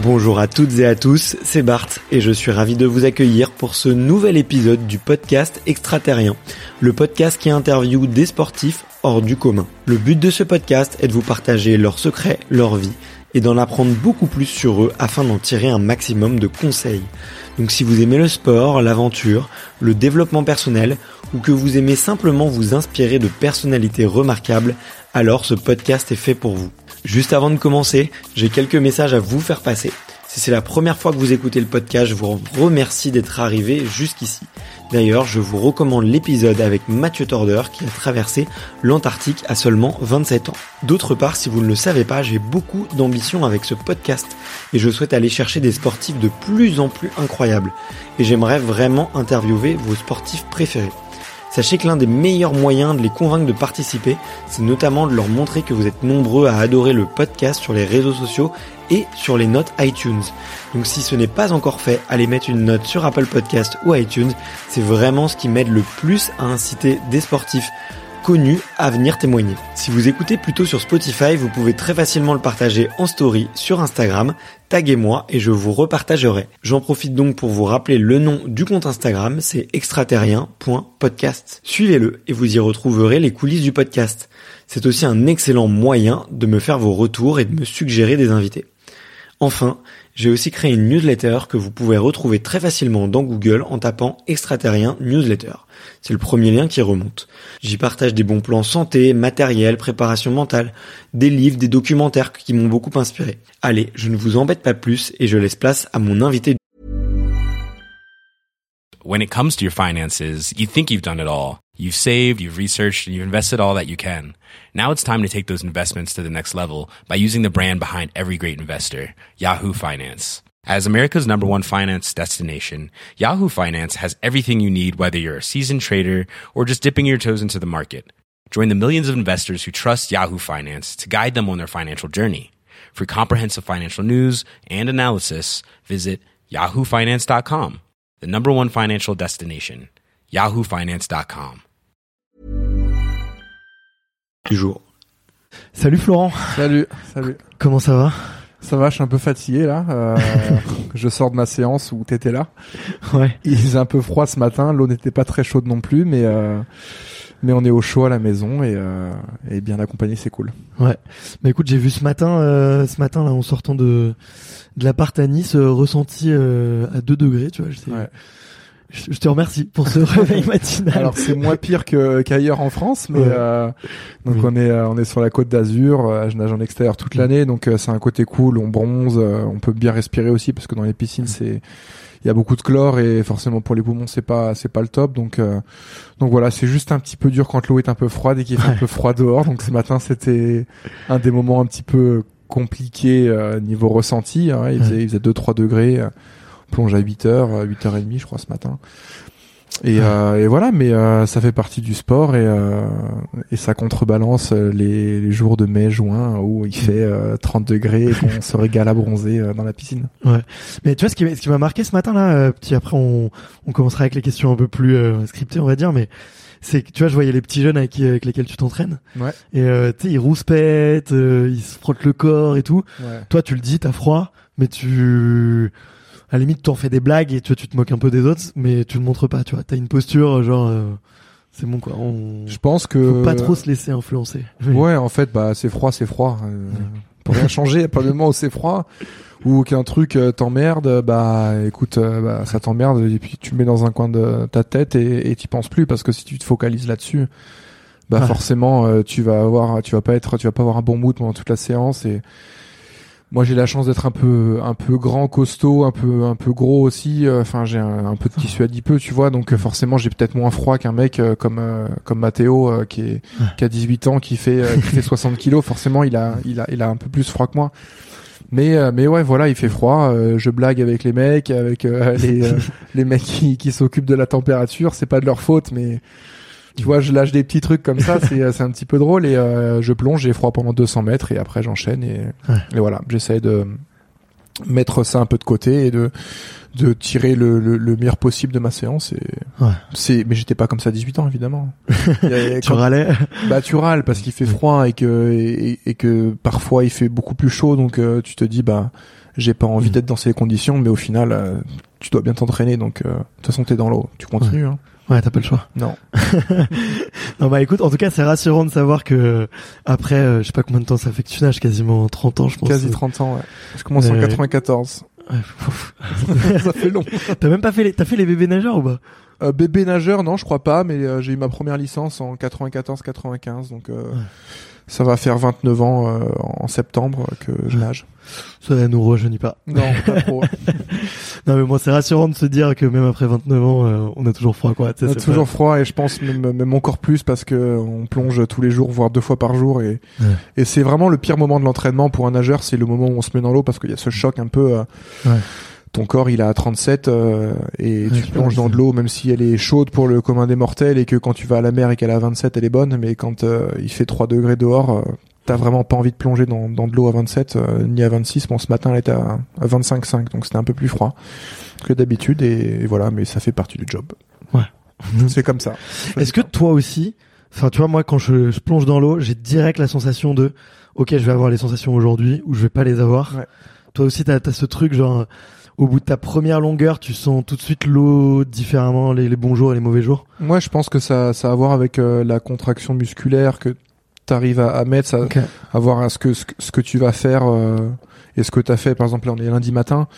Bonjour à toutes et à tous, c'est Bart et je suis ravi de vous accueillir pour ce nouvel épisode du podcast Extraterrien, le podcast qui interviewe des sportifs hors du commun. Le but de ce podcast est de vous partager leurs secrets, leur vie et d'en apprendre beaucoup plus sur eux afin d'en tirer un maximum de conseils. Donc si vous aimez le sport, l'aventure, le développement personnel ou que vous aimez simplement vous inspirer de personnalités remarquables, alors ce podcast est fait pour vous. Juste avant de commencer, j'ai quelques messages à vous faire passer. Si c'est la première fois que vous écoutez le podcast, je vous remercie d'être arrivé jusqu'ici. D'ailleurs, je vous recommande l'épisode avec Mathieu Torder qui a traversé l'Antarctique à seulement 27 ans. D'autre part, si vous ne le savez pas, j'ai beaucoup d'ambition avec ce podcast et je souhaite aller chercher des sportifs de plus en plus incroyables. Et j'aimerais vraiment interviewer vos sportifs préférés. Sachez que l'un des meilleurs moyens de les convaincre de participer, c'est notamment de leur montrer que vous êtes nombreux à adorer le podcast sur les réseaux sociaux et sur les notes iTunes. Donc si ce n'est pas encore fait, allez mettre une note sur Apple Podcast ou iTunes, c'est vraiment ce qui m'aide le plus à inciter des sportifs connus à venir témoigner. Si vous écoutez plutôt sur Spotify, vous pouvez très facilement le partager en story sur Instagram, taguez-moi et je vous repartagerai. J'en profite donc pour vous rappeler le nom du compte Instagram, c'est extraterrien.podcast. Suivez-le et vous y retrouverez les coulisses du podcast. C'est aussi un excellent moyen de me faire vos retours et de me suggérer des invités. Enfin, j'ai aussi créé une newsletter que vous pouvez retrouver très facilement dans Google en tapant Extraterrien Newsletter. C'est le premier lien qui remonte. J'y partage des bons plans santé, matériel, préparation mentale, des livres, des documentaires qui m'ont beaucoup inspiré. Allez, je ne vous embête pas plus et je laisse place à mon invité. When it comes to your finances, you think you've done it all. You've saved, you've researched, and you've invested all that you can. Now it's time to take those investments to the next level by using the brand behind every great investor, Yahoo Finance. As America's #1 finance destination, Yahoo Finance has everything you need, whether you're a seasoned trader or just dipping your toes into the market. Join the millions of investors who trust Yahoo Finance to guide them on their financial journey. For comprehensive financial news and analysis, visit yahoofinance.com, the #1 financial destination, yahoofinance.com. Du jour. Salut Florent. Salut. Comment ça va? Ça va, je suis un peu fatigué là. Je sors de ma séance où t'étais là. Ouais. Il faisait un peu froid ce matin, l'eau n'était pas très chaude non plus, mais on est au chaud à la maison et bien accompagné, c'est cool. Ouais. Mais écoute, j'ai vu ce matin là en sortant de l'appart à Nice, ressenti à 2 degrés, tu vois. Ouais. Je te remercie pour ce réveil matinal. Alors c'est moins pire qu'ailleurs en France, mais donc oui. on est sur la Côte d'Azur. Je nage en extérieur toute l'année, donc c'est un côté cool. On bronze, on peut bien respirer aussi parce que dans les piscines il y a beaucoup de chlore et forcément pour les poumons c'est pas le top. Donc voilà, c'est juste un petit peu dur quand l'eau est un peu froide et qu'il fait un peu froid dehors. Donc ce matin c'était un des moments un petit peu compliqués niveau ressenti. Hein. Il faisait 2-3 degrés. Plonge à 8h, 8h30 je crois ce matin. Et voilà, mais ça fait partie du sport et ça contrebalance les jours de mai, juin où il fait 30 degrés et qu'on se régale à bronzer dans la piscine. Ouais. Mais tu vois ce qui m'a marqué ce matin là, puis après on commencera avec les questions un peu plus scriptées on va dire, mais c'est que tu vois je voyais les petits jeunes avec lesquels tu t'entraînes. Ouais. Et tu sais ils rouspètent, ils se frottent le corps et tout. Ouais. Toi tu le dis, t'as froid, mais à la limite, t'en fais des blagues et tu te moques un peu des autres, mais tu le montres pas, tu vois. T'as une posture, genre, c'est bon, quoi. Je pense que... Faut pas trop se laisser influencer. Ouais, en fait, c'est froid. Pour rien changer, à partir du moment où c'est froid, ou qu'un truc t'emmerde, écoute, ça t'emmerde, et puis tu le mets dans un coin de ta tête et t'y penses plus, parce que si tu te focalises là-dessus, forcément, tu vas pas avoir un bon mood pendant toute la séance et, moi, j'ai la chance d'être un peu grand, costaud, un peu gros aussi. Enfin, j'ai un peu de tissu adipeux, tu vois. Donc, forcément, j'ai peut-être moins froid qu'un mec comme Mathéo, qui a 18 ans, qui fait 60 kilos. Forcément, il a un peu plus froid que moi. Mais ouais, voilà, il fait froid. Je blague avec les mecs, avec les mecs qui s'occupent de la température. C'est pas de leur faute, mais tu vois, je lâche des petits trucs comme ça, c'est un petit peu drôle et je plonge, j'ai froid pendant 200 mètres et après j'enchaîne et voilà, j'essaie de mettre ça un peu de côté et de tirer le meilleur possible de ma séance. Et mais j'étais pas comme ça à 18 ans, évidemment. Tu râlais? Bah, tu râles parce qu'il fait froid et que parfois il fait beaucoup plus chaud, donc tu te dis, bah, j'ai pas envie d'être dans ces conditions, mais au final, tu dois bien t'entraîner, donc de toute façon t'es dans l'eau, tu continues. Hein. Ouais, t'as pas le choix. Non. Non, bah écoute, en tout cas, c'est rassurant de savoir que après, je sais pas combien de temps ça fait que tu nages, quasiment 30 ans, je pense. Quasi 30 ans, ouais. Je commence en 94. Ouais, ça fait long. T'as fait les bébés nageurs ou pas? Bébé nageur, non, je crois pas, mais j'ai eu ma première licence en 94-95, donc ça va faire 29 ans en septembre que je nage. Ça nous rajeunit pas. Non, pas trop. Non, mais bon, c'est rassurant de se dire que même après 29 ans, on a toujours froid, quoi. On a toujours froid, et je pense même encore plus parce que on plonge tous les jours, voire 2 fois par jour, et c'est vraiment le pire moment de l'entraînement pour un nageur, c'est le moment où on se met dans l'eau, parce qu'il y a ce choc un peu. Ton corps il est à 37 et tu plonges dans de l'eau, même si elle est chaude pour le commun des mortels, et que quand tu vas à la mer et qu'elle est à 27 elle est bonne, mais quand il fait 3 degrés dehors, t'as vraiment pas envie de plonger dans de l'eau à 27 ni à 26. Bon, ce matin elle était à 25,5, donc c'était un peu plus froid que d'habitude, et voilà, mais ça fait partie du job. Ouais. C'est comme ça. Est-ce que toi aussi, enfin tu vois, moi quand je plonge dans l'eau, j'ai direct la sensation de ok, je vais avoir les sensations aujourd'hui ou je vais pas les avoir. Ouais. Toi aussi t'as ce truc genre au bout de ta première longueur, tu sens tout de suite l'eau différemment, les bons jours et les mauvais jours? Moi, je pense que ça a à voir avec la contraction musculaire que t'arrives à mettre, à voir ce que tu vas faire et ce que t'as fait. Par exemple, là, on est lundi matin.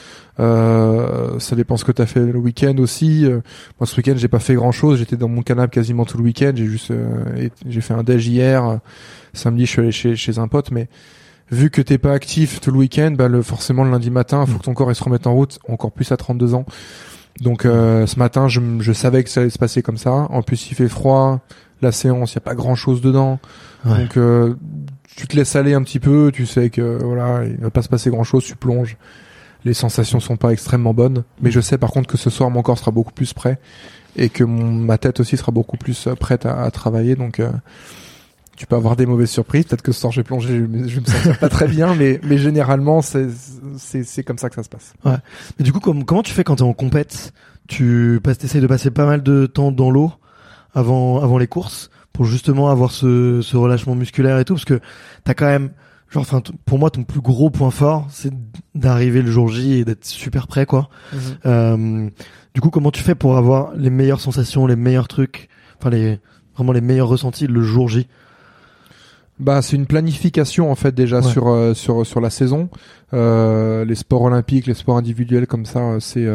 Ça dépend ce que t'as fait le week-end aussi. Moi, ce week-end, j'ai pas fait grand-chose. J'étais dans mon canapé quasiment tout le week-end. J'ai fait un déj hier. Samedi, je suis allé chez un pote, mais vu que t'es pas actif tout le week-end, bah forcément le lundi matin, faut que ton corps il se remette en route, encore plus à 32 ans. Donc ce matin, je savais que ça allait se passer comme ça. En plus, il fait froid, la séance, il y a pas grand-chose dedans. Ouais. Donc tu te laisses aller un petit peu, tu sais que voilà, il va pas se passer grand-chose, tu plonges. Les sensations sont pas extrêmement bonnes, mais je sais par contre que ce soir mon corps sera beaucoup plus prêt et que ma tête aussi sera beaucoup plus prête à travailler, donc tu peux avoir des mauvaises surprises. Peut-être que ce soir, je vais plonger, je vais me sentir pas très bien, mais généralement, c'est comme ça que ça se passe. Ouais. Mais du coup, comment tu fais quand t'es en compète? T'essayes de passer pas mal de temps dans l'eau avant les courses pour justement avoir ce relâchement musculaire et tout, parce que t'as quand même, genre, enfin, pour moi, ton plus gros point fort, c'est d'arriver le jour J et d'être super prêt, quoi. Du coup, comment tu fais pour avoir les meilleures sensations, les meilleurs trucs, enfin, vraiment les meilleurs ressentis le jour J? Bah, c'est une planification en fait déjà sur la saison. Les sports olympiques, les sports individuels comme ça,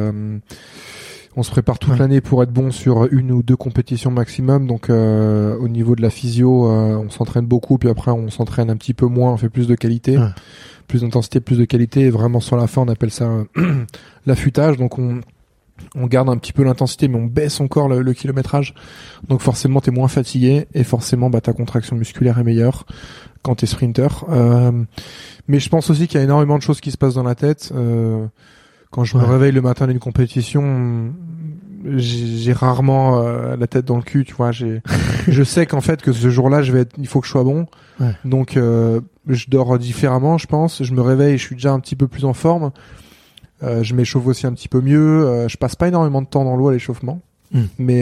on se prépare toute l'année pour être bon sur 1 ou 2 compétitions maximum. Donc au niveau de la physio, on s'entraîne beaucoup, puis après on s'entraîne un petit peu moins, on fait plus de qualité, plus d'intensité, plus de qualité. Et vraiment sur la fin, on appelle ça l'affûtage. Donc on garde un petit peu l'intensité, mais on baisse encore le kilométrage. Donc forcément, t'es moins fatigué et forcément, ta contraction musculaire est meilleure quand t'es sprinter. Mais je pense aussi qu'il y a énormément de choses qui se passent dans la tête. Quand je me réveille le matin d'une compétition, j'ai rarement la tête dans le cul, tu vois. Je sais qu'en fait que ce jour-là, il faut que je sois bon. Ouais. Donc je dors différemment, je pense. Je me réveille, je suis déjà un petit peu plus en forme. Je m'échauffe aussi un petit peu mieux. Je passe pas énormément de temps dans l'eau à l'échauffement, mais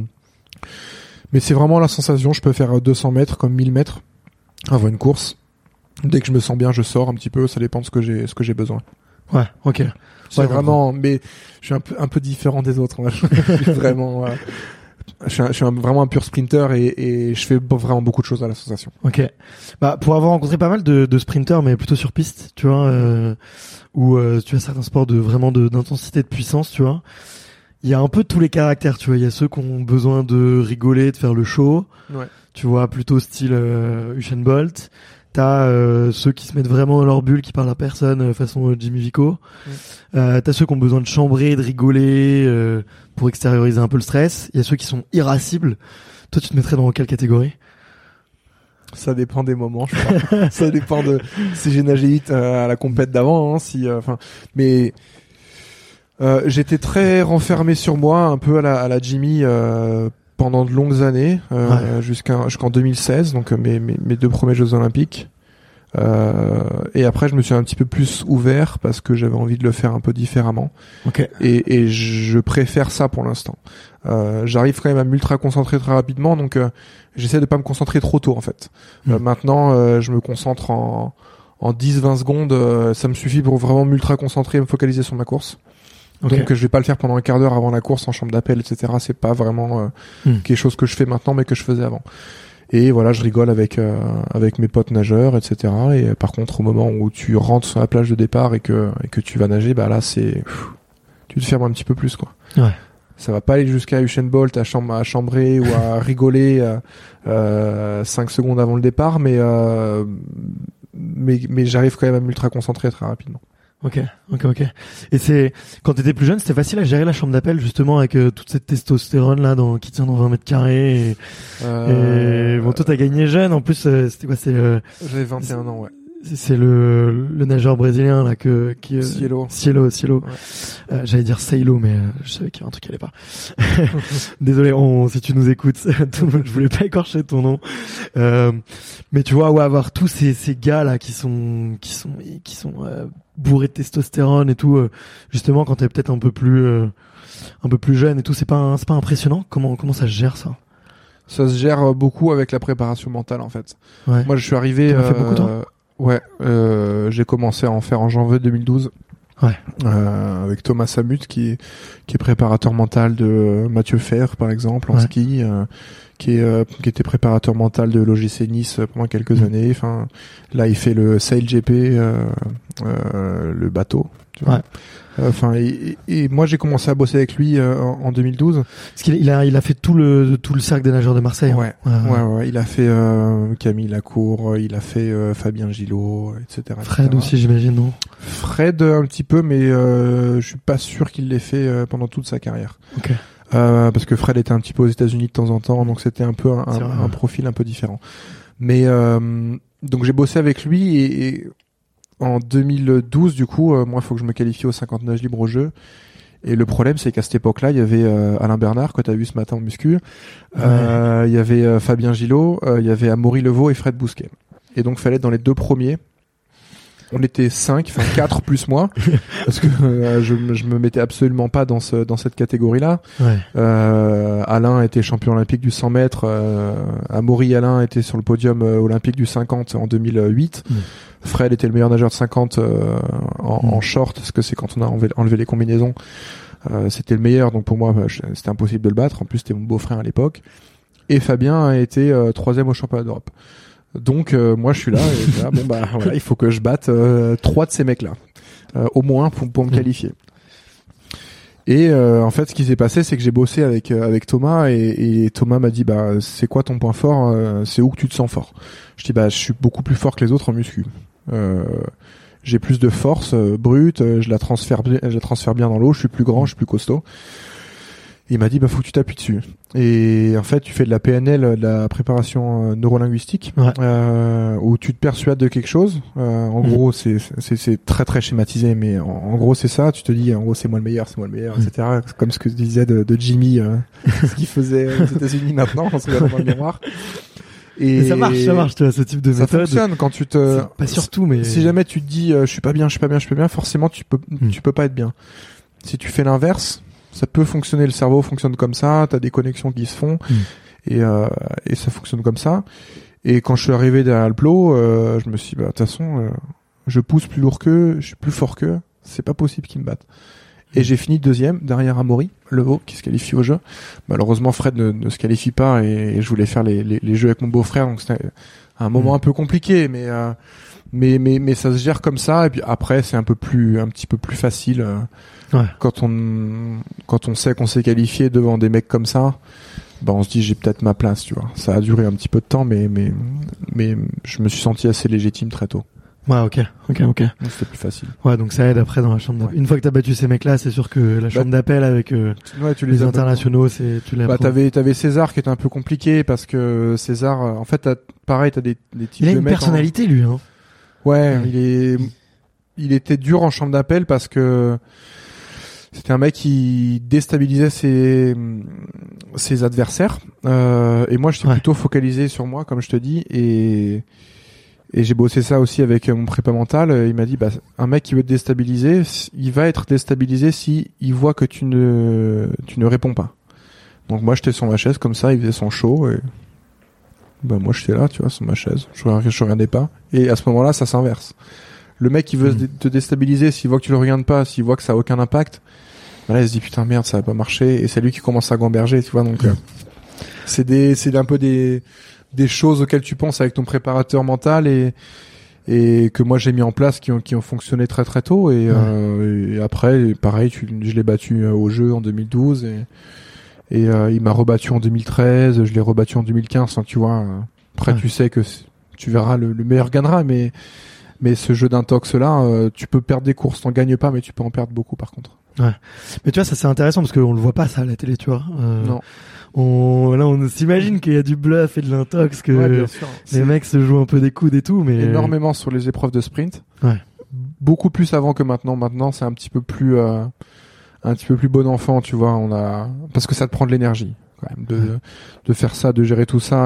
c'est vraiment la sensation. Je peux faire 200 mètres comme 1000 mètres avant une course. Dès que je me sens bien, je sors un petit peu. Ça dépend de ce que j'ai besoin. Ouais, ok. C'est vraiment, mais je suis un peu différent des autres. Je suis vraiment, je suis vraiment un pur sprinter et je fais vraiment beaucoup de choses à la sensation. Ok. Bah, pour avoir rencontré pas mal de sprinters, mais plutôt sur piste, tu vois, où tu as certains sports d'intensité, de puissance, tu vois. Il y a un peu tous les caractères, tu vois. Il y a ceux qui ont besoin de rigoler, de faire le show. Ouais. Tu vois, plutôt style Usain Bolt. T'as ceux qui se mettent vraiment dans leur bulle, qui parlent à personne, façon Jimmy Vico. T'as ceux qui ont besoin de chambrer, de rigoler, pour extérioriser un peu le stress. Il y a ceux qui sont irascibles. Toi, tu te mettrais dans quelle catégorie? Ça dépend des moments, je crois. Ça dépend de si j'ai nagé vite à la compète d'avant, hein, mais j'étais très renfermé sur moi, un peu à la Jimmy, pendant de longues années, jusqu'en 2016, donc mes 2 premiers Jeux Olympiques. Et après, je me suis un petit peu plus ouvert parce que j'avais envie de le faire un peu différemment. Ok. Et je préfère ça pour l'instant. J'arrive quand même à m'ultra concentrer très rapidement, donc j'essaie de pas me concentrer trop tôt en fait. Maintenant, je me concentre en 10-20 secondes, ça me suffit pour vraiment m'ultra concentrer et me focaliser sur ma course. Okay. Donc je vais pas le faire pendant un quart d'heure avant la course en chambre d'appel, etc. C'est pas vraiment quelque chose que je fais maintenant, mais que je faisais avant. Et voilà, je rigole avec mes potes nageurs, etc. Et par contre, au moment où tu rentres sur la plage de départ et que tu vas nager, bah là tu te fermes un petit peu plus, quoi. Ouais. Ça va pas aller jusqu'à Usain Bolt à chambrer ou à rigoler 5 secondes avant le départ, mais j'arrive quand même à m'ultra concentrer très rapidement. Ok. Et c'est quand t'étais plus jeune, c'était facile à gérer la chambre d'appel justement avec toute cette testostérone là qui tient dans 20 mètres carrés. Et bon, toi t'as gagné jeune. En plus, c'était quoi? J'avais 21 ans, ouais. C'est le nageur brésilien là qui Cielo. Ouais. J'allais dire Sailo, mais je savais qu'il y avait un truc qui allait pas. Désolé, si tu nous écoutes, je voulais pas écorcher ton nom. Mais tu vois, ouais, avoir tous ces gars là qui sont bourrés de testostérone et tout, justement quand t'es peut-être un peu plus jeune et tout, c'est pas impressionnant. Comment ça se gère ça? Ça se gère beaucoup avec la préparation mentale en fait. Ouais. Moi, je suis arrivé. T'en as fait beaucoup, toi? Ouais, j'ai commencé à en faire en janvier 2012. Ouais. Avec Thomas Samut qui est préparateur mental de Mathieu Fer par exemple en ski, qui était préparateur mental de l'OGC Nice pendant quelques années. Enfin, là il fait le Sail GP, le bateau. Tu vois. Ouais. Et moi j'ai commencé à bosser avec lui en 2012. Parce qu'il a fait tout le cercle des nageurs de Marseille. Ouais. Il a fait Camille Lacour, il a fait Fabien Gillot, etc. Fred aussi, j'imagine, non? Fred un petit peu, mais je suis pas sûr qu'il l'ait fait pendant toute sa carrière. Ok. Parce que Fred était un petit peu aux États-Unis de temps en temps, donc c'était un peu un profil un peu différent. Mais donc j'ai bossé avec lui et en 2012, du coup, moi, il faut que je me qualifie au 50 nage libre au jeu. Et le problème, c'est qu'à cette époque-là, il y avait Alain Bernard, que tu as vu ce matin en muscu. Il y avait Fabien Gillot, il y avait Amaury Levaux et Fred Bousquet. Et donc, il fallait être dans les 2 premiers. On était 4 plus moi, parce que je me mettais absolument pas dans cette catégorie-là. Ouais. Alain était champion olympique du 100 mètres. Amaury et Alain étaient sur le podium olympique du 50 en 2008. Fred était le meilleur nageur de 50 en short, parce que c'est quand on a enlevé les combinaisons. C'était le meilleur, donc pour moi, c'était impossible de le battre. En plus, c'était mon beau-frère à l'époque. Et Fabien a été 3e au championnat d'Europe. Donc moi je suis là et là, bon bah voilà, il faut que je batte 3 de ces mecs là au moins pour me qualifier. Et en fait ce qui s'est passé, c'est que j'ai bossé avec Thomas et Thomas m'a dit bah c'est quoi ton point fort, c'est où que tu te sens fort. Je dis bah je suis beaucoup plus fort que les autres en muscu. J'ai plus de force brute, je la transfère bien dans l'eau, je suis plus grand, je suis plus costaud. Il m'a dit bah faut que tu t'appuies dessus. Et en fait tu fais de la PNL, de la préparation neurolinguistique, où tu te persuades de quelque chose. En gros c'est très très schématisé, mais en gros c'est ça. Tu te dis en gros c'est moi le meilleur, etc. Comme ce que je disais de Jimmy, ce qu'il faisait aux États-Unis maintenant, on se regarde dans le miroir. Et ça marche, tu vois, ce type de méthode. Ça fonctionne quand tu te. Pas surtout, mais si jamais tu te dis je suis pas bien, forcément tu peux pas être bien. Si tu fais l'inverse, ça peut fonctionner, le cerveau fonctionne comme ça, t'as des connexions qui se font, et ça fonctionne comme ça. Et quand je suis arrivé derrière le plot, je me suis dit, bah, de toute façon, je pousse plus lourd qu'eux, je suis plus fort qu'eux, c'est pas possible qu'ils me battent. Et j'ai fini 2e, derrière Amaury Levaux, qui se qualifie au jeu. Malheureusement, Fred ne se qualifie pas, et je voulais faire les jeux avec mon beau-frère, donc c'était un moment un peu compliqué, mais ça se gère comme ça, et puis après, c'est un petit peu plus facile. Quand on sait qu'on s'est qualifié devant des mecs comme ça, bah on se dit j'ai peut-être ma place, tu vois. Ça a duré un petit peu de temps, mais je me suis senti assez légitime très tôt. Ouais, ok. Donc c'était plus facile. Ouais, donc ça aide après dans la chambre d'appel. Une fois que t'as battu ces mecs-là, c'est sûr que la chambre d'appel avec les internationaux, tu l'as. Bah t'avais César qui était un peu compliqué parce que César, en fait, t'as des types de mecs. Il a une personnalité lui, hein. Ouais, il était dur en chambre d'appel parce que c'était un mec qui déstabilisait ses adversaires. Et moi, j'étais plutôt focalisé sur moi, comme je te dis, et Et j'ai bossé ça aussi avec mon prépa mental. Il m'a dit, un mec qui veut te déstabiliser, il va être déstabilisé si il voit que tu ne réponds pas. Donc moi, j'étais sur ma chaise comme ça, il faisait son show et moi j'étais là, tu vois, sur ma chaise. Je regardais pas. Et à ce moment-là, ça s'inverse. Le mec qui veut te déstabiliser, s'il voit que tu le regardes pas, s'il voit que ça a aucun impact, là, il se dit putain merde, ça va pas marcher. Et c'est lui qui commence à gamberger, tu vois. Donc c'est un peu des choses auxquelles tu penses avec ton préparateur mental et que moi j'ai mis en place qui ont fonctionné très très tôt et après pareil je l'ai battu au jeu en 2012 et il m'a rebattu en 2013, je l'ai rebattu en 2015, hein, tu vois. Après tu sais que tu verras le meilleur gagnera, mais ce jeu d'intox là, tu peux perdre des courses, t'en gagnes pas mais tu peux en perdre beaucoup par contre. Ouais. Mais tu vois, ça c'est intéressant parce qu'on le voit pas ça à la télé, tu vois. Non. On s'imagine qu'il y a du bluff et de l'intox, que bien sûr. Les mecs se jouent un peu des coudes et tout, mais énormément sur les épreuves de sprint. Ouais. Beaucoup plus avant que maintenant. Maintenant, c'est un petit peu plus bon enfant, tu vois. Parce que ça te prend de l'énergie quand même de faire ça, de gérer tout ça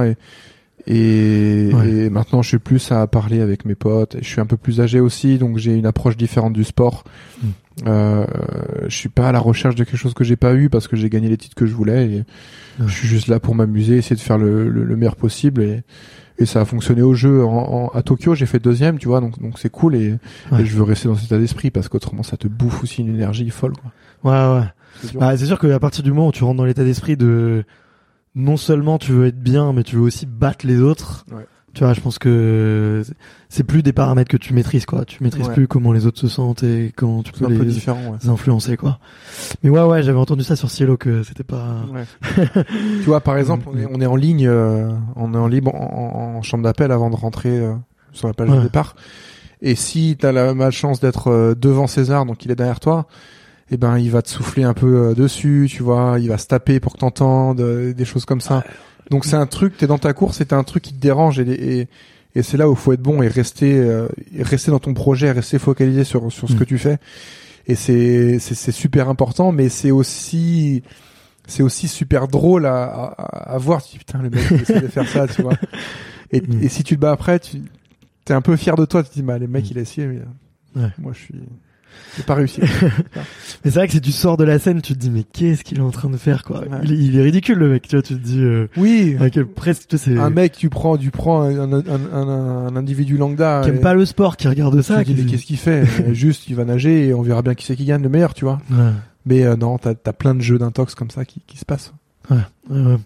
et maintenant je suis plus à parler avec mes potes. Je suis un peu plus âgé aussi, donc j'ai une approche différente du sport. Je suis pas à la recherche de quelque chose que j'ai pas eu parce que j'ai gagné les titres que je voulais et je suis juste là pour m'amuser, essayer de faire le meilleur possible et ça a fonctionné au jeu. À Tokyo, j'ai fait 2e, tu vois, donc c'est cool et je veux rester dans cet état d'esprit parce qu'autrement ça te bouffe aussi une énergie folle, quoi. Ouais. C'est sûr qu'à partir du moment où tu rentres dans l'état d'esprit de non seulement tu veux être bien, mais tu veux aussi battre les autres. Ouais. Tu vois, je pense que c'est plus des paramètres que tu maîtrises, quoi. Tu maîtrises plus comment les autres se sentent et comment tu peux les influencer, quoi. Mais ouais, j'avais entendu ça sur Cielo que c'était pas. Ouais. Tu vois, par exemple, on est en ligne, on est en libre en chambre d'appel avant de rentrer sur la page de départ. Et si t'as la malchance d'être devant César, donc il est derrière toi, il va te souffler un peu dessus, tu vois, il va se taper pour que t'entendes, des choses comme ça. Donc c'est un truc, t'es dans ta course et t'as un truc qui te dérange et c'est là où faut être bon et rester dans ton projet, rester focalisé sur ce que tu fais. Et c'est super important, mais c'est aussi super drôle à voir. Tu dis, putain, le mec il essaie de faire ça, tu vois. Et si tu le bats après, t'es un peu fier de toi, tu te dis, les mecs il a essayé, mais moi j'ai pas réussi. Mais c'est vrai que si tu sors de la scène, tu te dis mais qu'est-ce qu'il est en train de faire, quoi. Ouais. Il est ridicule, le mec, tu vois, tu te dis oui. Presque c'est un mec tu prends un individu lambda qui aime pas le sport, qui regarde ça, qui dit mais qu'est-ce qu'il fait. Juste il va nager et on verra bien qui c'est qui gagne, le meilleur, tu vois. Ouais. Mais non, t'as plein de jeux d'intox comme ça qui se passent. Ouais.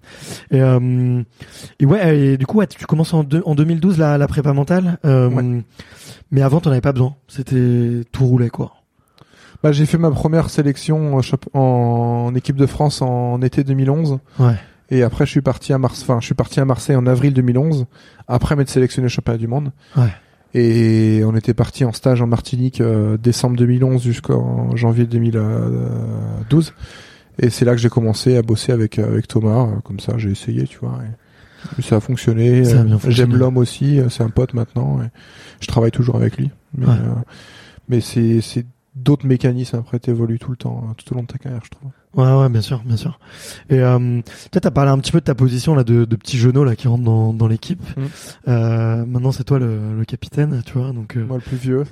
Et du coup tu commences en 2012 la prépa mentale, mais avant t'en avais pas besoin, c'était tout roulé, quoi. J'ai fait ma première sélection en équipe de France en été 2011. Ouais. Et après je suis parti à Marseille en avril 2011 après m'être sélectionné au championnat du monde. Ouais. Et on était parti en stage en Martinique décembre 2011 jusqu'en janvier 2012. Et c'est là que j'ai commencé à bosser avec Thomas, comme ça j'ai essayé, tu vois. Et ça a fonctionné. Ça a bien fonctionné. J'aime l'homme aussi, c'est un pote maintenant. Et je travaille toujours avec lui. Mais c'est d'autres mécanismes après t'évolues tout au long de ta carrière, je trouve. Ouais, bien sûr. Et peut-être t'as parlé un petit peu de ta position là de petit genou là qui rentre dans l'équipe. Maintenant c'est toi le capitaine, tu vois, donc moi le plus vieux.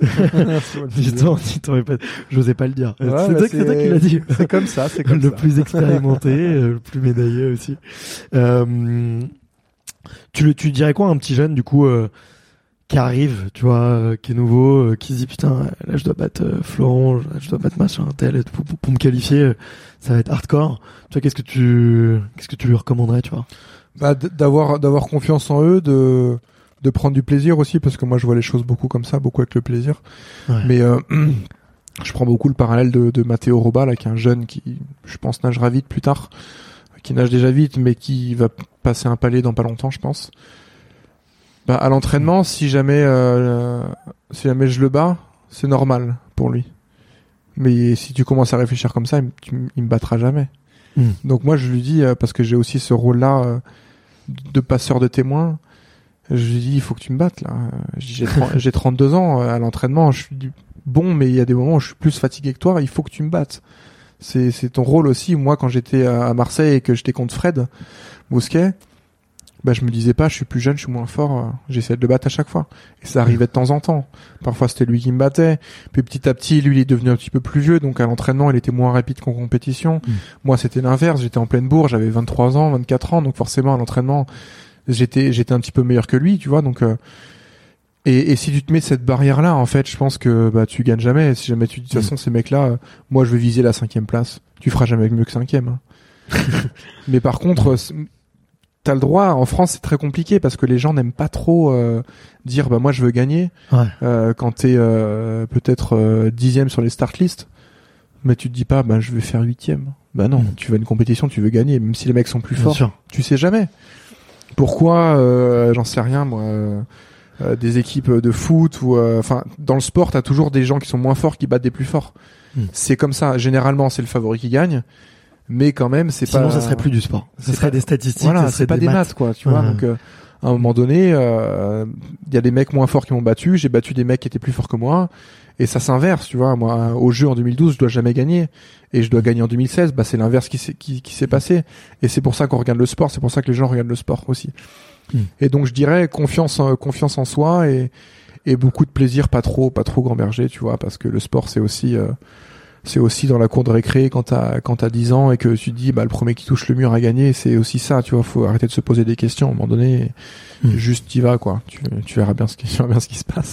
J'osais pas le dire. Ouais, c'est toi qui l'as dit. C'est comme ça, le plus expérimenté, le plus médaillé aussi. Tu dirais quoi à un petit jeune du coup qui arrive, tu vois, qui est nouveau, qui se dit putain, là je dois battre Florent, là, je dois battre machin tel pour me qualifier, ça va être hardcore. Tu vois, qu'est-ce que tu lui recommanderais, tu vois? D'avoir confiance en eux, de prendre du plaisir aussi, parce que moi je vois les choses beaucoup comme ça, beaucoup avec le plaisir. Ouais. Mais je prends beaucoup le parallèle de Matteo Roba là, qui est un jeune qui, je pense, nagera vite plus tard, qui nage déjà vite, mais qui va passer un palier dans pas longtemps, je pense. À l'entraînement, si jamais je le bats, c'est normal pour lui. Mais si tu commences à réfléchir comme ça, il me battra jamais. Donc moi, je lui dis, parce que j'ai aussi ce rôle-là de passeur de témoin, je lui dis, il faut que tu me battes là. J'ai 32 ans à l'entraînement, je suis bon, mais il y a des moments où je suis plus fatigué que toi, il faut que tu me battes. C'est ton rôle aussi. Moi, quand j'étais à Marseille et que j'étais contre Fred Bousquet, bah je me disais pas je suis plus jeune, je suis moins fort, j'essayais de le battre à chaque fois. Et ça arrivait de temps en temps. Parfois c'était lui qui me battait, puis petit à petit lui il est devenu un petit peu plus vieux, donc à l'entraînement il était moins rapide qu'en compétition. Moi c'était l'inverse, j'étais en pleine bourre, j'avais 23 ans, 24 ans, donc forcément à l'entraînement j'étais un petit peu meilleur que lui, tu vois, donc et si tu te mets cette barrière là, en fait, je pense que bah tu gagnes jamais. Si jamais tu dis de toute façon ces mecs là, moi je veux viser la 5e place, tu feras jamais mieux que 5e. Hein. Mais par contre, t'as le droit. En France, c'est très compliqué parce que les gens n'aiment pas trop dire bah moi je veux gagner. Quand t'es peut-être 10e sur les start list, mais tu te dis pas bah je vais faire 8e. Bah non, tu vas à une compétition, tu veux gagner, même si les mecs sont plus forts. Sûr. Tu sais jamais. Pourquoi j'en sais rien moi. Des équipes de foot ou enfin dans le sport t'as toujours des gens qui sont moins forts qui battent des plus forts. C'est comme ça. Généralement c'est le favori qui gagne. Mais quand même, sinon, ça serait plus du sport. Ça serait des statistiques. Voilà, c'est pas des maths, quoi. Tu vois. Donc, à un moment donné, il y a des mecs moins forts qui m'ont battu. J'ai battu des mecs qui étaient plus forts que moi. Et ça s'inverse, tu vois. Moi, au jeu en 2012, je dois jamais gagner. Et je dois gagner en 2016. Bah, c'est l'inverse qui s'est passé. Et c'est pour ça qu'on regarde le sport. C'est pour ça que les gens regardent le sport aussi. Et donc, je dirais confiance en soi et beaucoup de plaisir, pas trop gamberger, tu vois, parce que le sport, c'est aussi dans la cour de récré quand t'as 10 ans et que tu te dis bah le premier qui touche le mur a gagné, c'est aussi ça, tu vois, faut arrêter de se poser des questions à un moment donné, juste t'y vas quoi, tu verras bien ce qui se passe.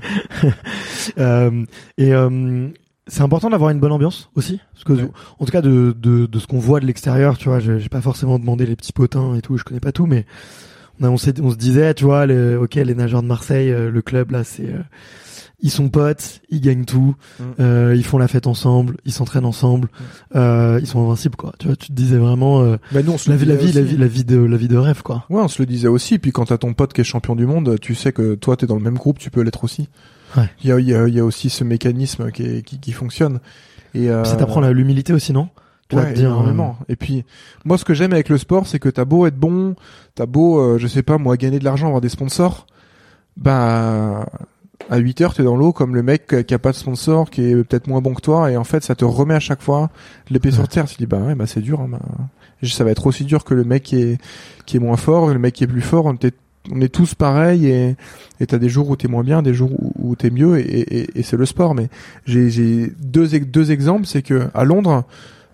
C'est important d'avoir une bonne ambiance aussi, parce que en tout cas de ce qu'on voit de l'extérieur, tu vois, j'ai pas forcément demandé les petits potins et tout, je connais pas tout, mais on se disait, tu vois, les nageurs de Marseille, le club là, c'est ils sont potes, ils gagnent tout, ils font la fête ensemble, ils s'entraînent ensemble, ils sont invincibles quoi. Tu vois, tu te disais vraiment bah nous, la vie de rêve quoi. Ouais, on se le disait aussi. Puis quand t'as ton pote qui est champion du monde, tu sais que toi t'es dans le même groupe, tu peux l'être aussi. Ouais. Il y a aussi ce mécanisme qui fonctionne. Et ça t'apprend l'humilité aussi, non? Ouais, énormément. Et puis, moi, ce que j'aime avec le sport, c'est que t'as beau être bon, t'as beau, je sais pas, moi, gagner de l'argent, avoir des sponsors, bah, à 8 heures, t'es dans l'eau comme le mec qui a pas de sponsor, qui est peut-être moins bon que toi, et en fait, ça te remet à chaque fois l'épée sur terre. Tu te dis, bah ouais, bah c'est dur, hein, bah, ça va être aussi dur que le mec qui est moins fort, le mec qui est plus fort, on est tous pareils, et t'as des jours où t'es moins bien, des jours où t'es mieux, et c'est le sport. Mais j'ai deux exemples, c'est que à Londres,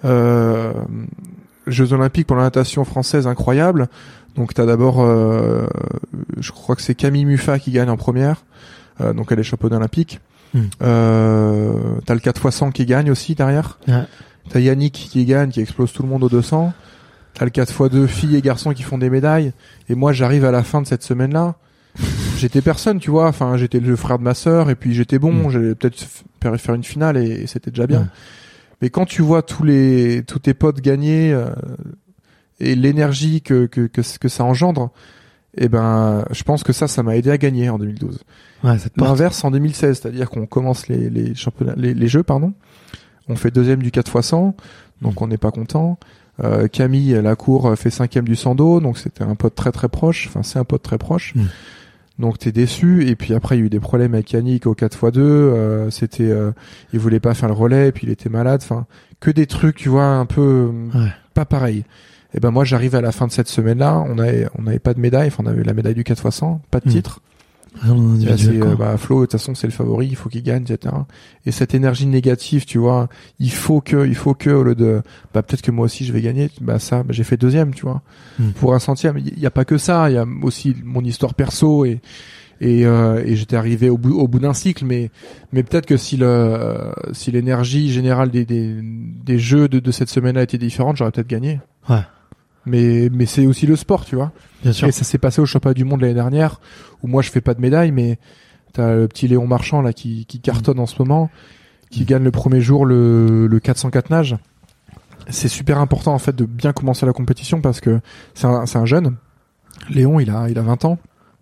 Jeux Olympiques pour la natation française incroyable. Donc t'as d'abord, je crois que c'est Camille Muffat qui gagne en première, donc elle est championne olympique. T'as le 4x100 qui gagne aussi derrière. Ouais. T'as Yannick qui gagne, qui explose tout le monde au 200. T'as le 4x2 filles et garçons qui font des médailles. Et moi j'arrive à la fin de cette semaine-là. J'étais personne, tu vois. Enfin, j'étais le frère de ma sœur et puis j'étais bon. J'allais peut-être faire une finale et c'était déjà bien. Mais quand tu vois tous tes potes gagner et l'énergie que ça engendre, eh ben, je pense que ça m'a aidé à gagner en 2012. Ouais, l'inverse en 2016, c'est-à-dire qu'on commence les championnats, les jeux, pardon. On fait 2e du 4x100, donc on n'est pas content. Camille Lacour fait 5e du 100 dos, donc c'était un pote très très proche. Enfin, c'est un pote très proche. Donc t'es déçu, et puis après il y a eu des problèmes avec Yannick au 4x2, il voulait pas faire le relais, et puis il était malade, enfin que des trucs, tu vois, un peu pas pareil. Et ben moi j'arrive à la fin de cette semaine-là, on avait pas de médaille, enfin on avait la médaille du 4x100, pas de titre. Flo de toute façon c'est le favori, il faut qu'il gagne, etc. Et cette énergie négative, tu vois, il faut que au lieu de peut-être que moi aussi je vais gagner, j'ai fait 2e, tu vois, pour un 100e. Il y a pas que ça, il y a aussi mon histoire perso et j'étais arrivé au bout d'un cycle, mais peut-être que si l'énergie générale des jeux de cette semaine-là était différente, j'aurais peut-être gagné. Ouais. Mais c'est aussi le sport, tu vois. Bien sûr. Et ça s'est passé au championnat du monde l'année dernière, où moi je fais pas de médaille, mais t'as le petit Léon Marchand là qui cartonne en ce moment, qui gagne le premier jour le 404 nage. C'est super important en fait de bien commencer la compétition parce que c'est un jeune. Léon, il a 20 ans.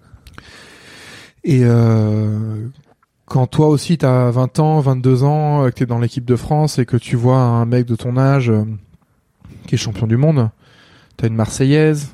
Et quand toi aussi t'as 20 ans, 22 ans, que t'es dans l'équipe de France et que tu vois un mec de ton âge qui est champion du monde, t'as une Marseillaise,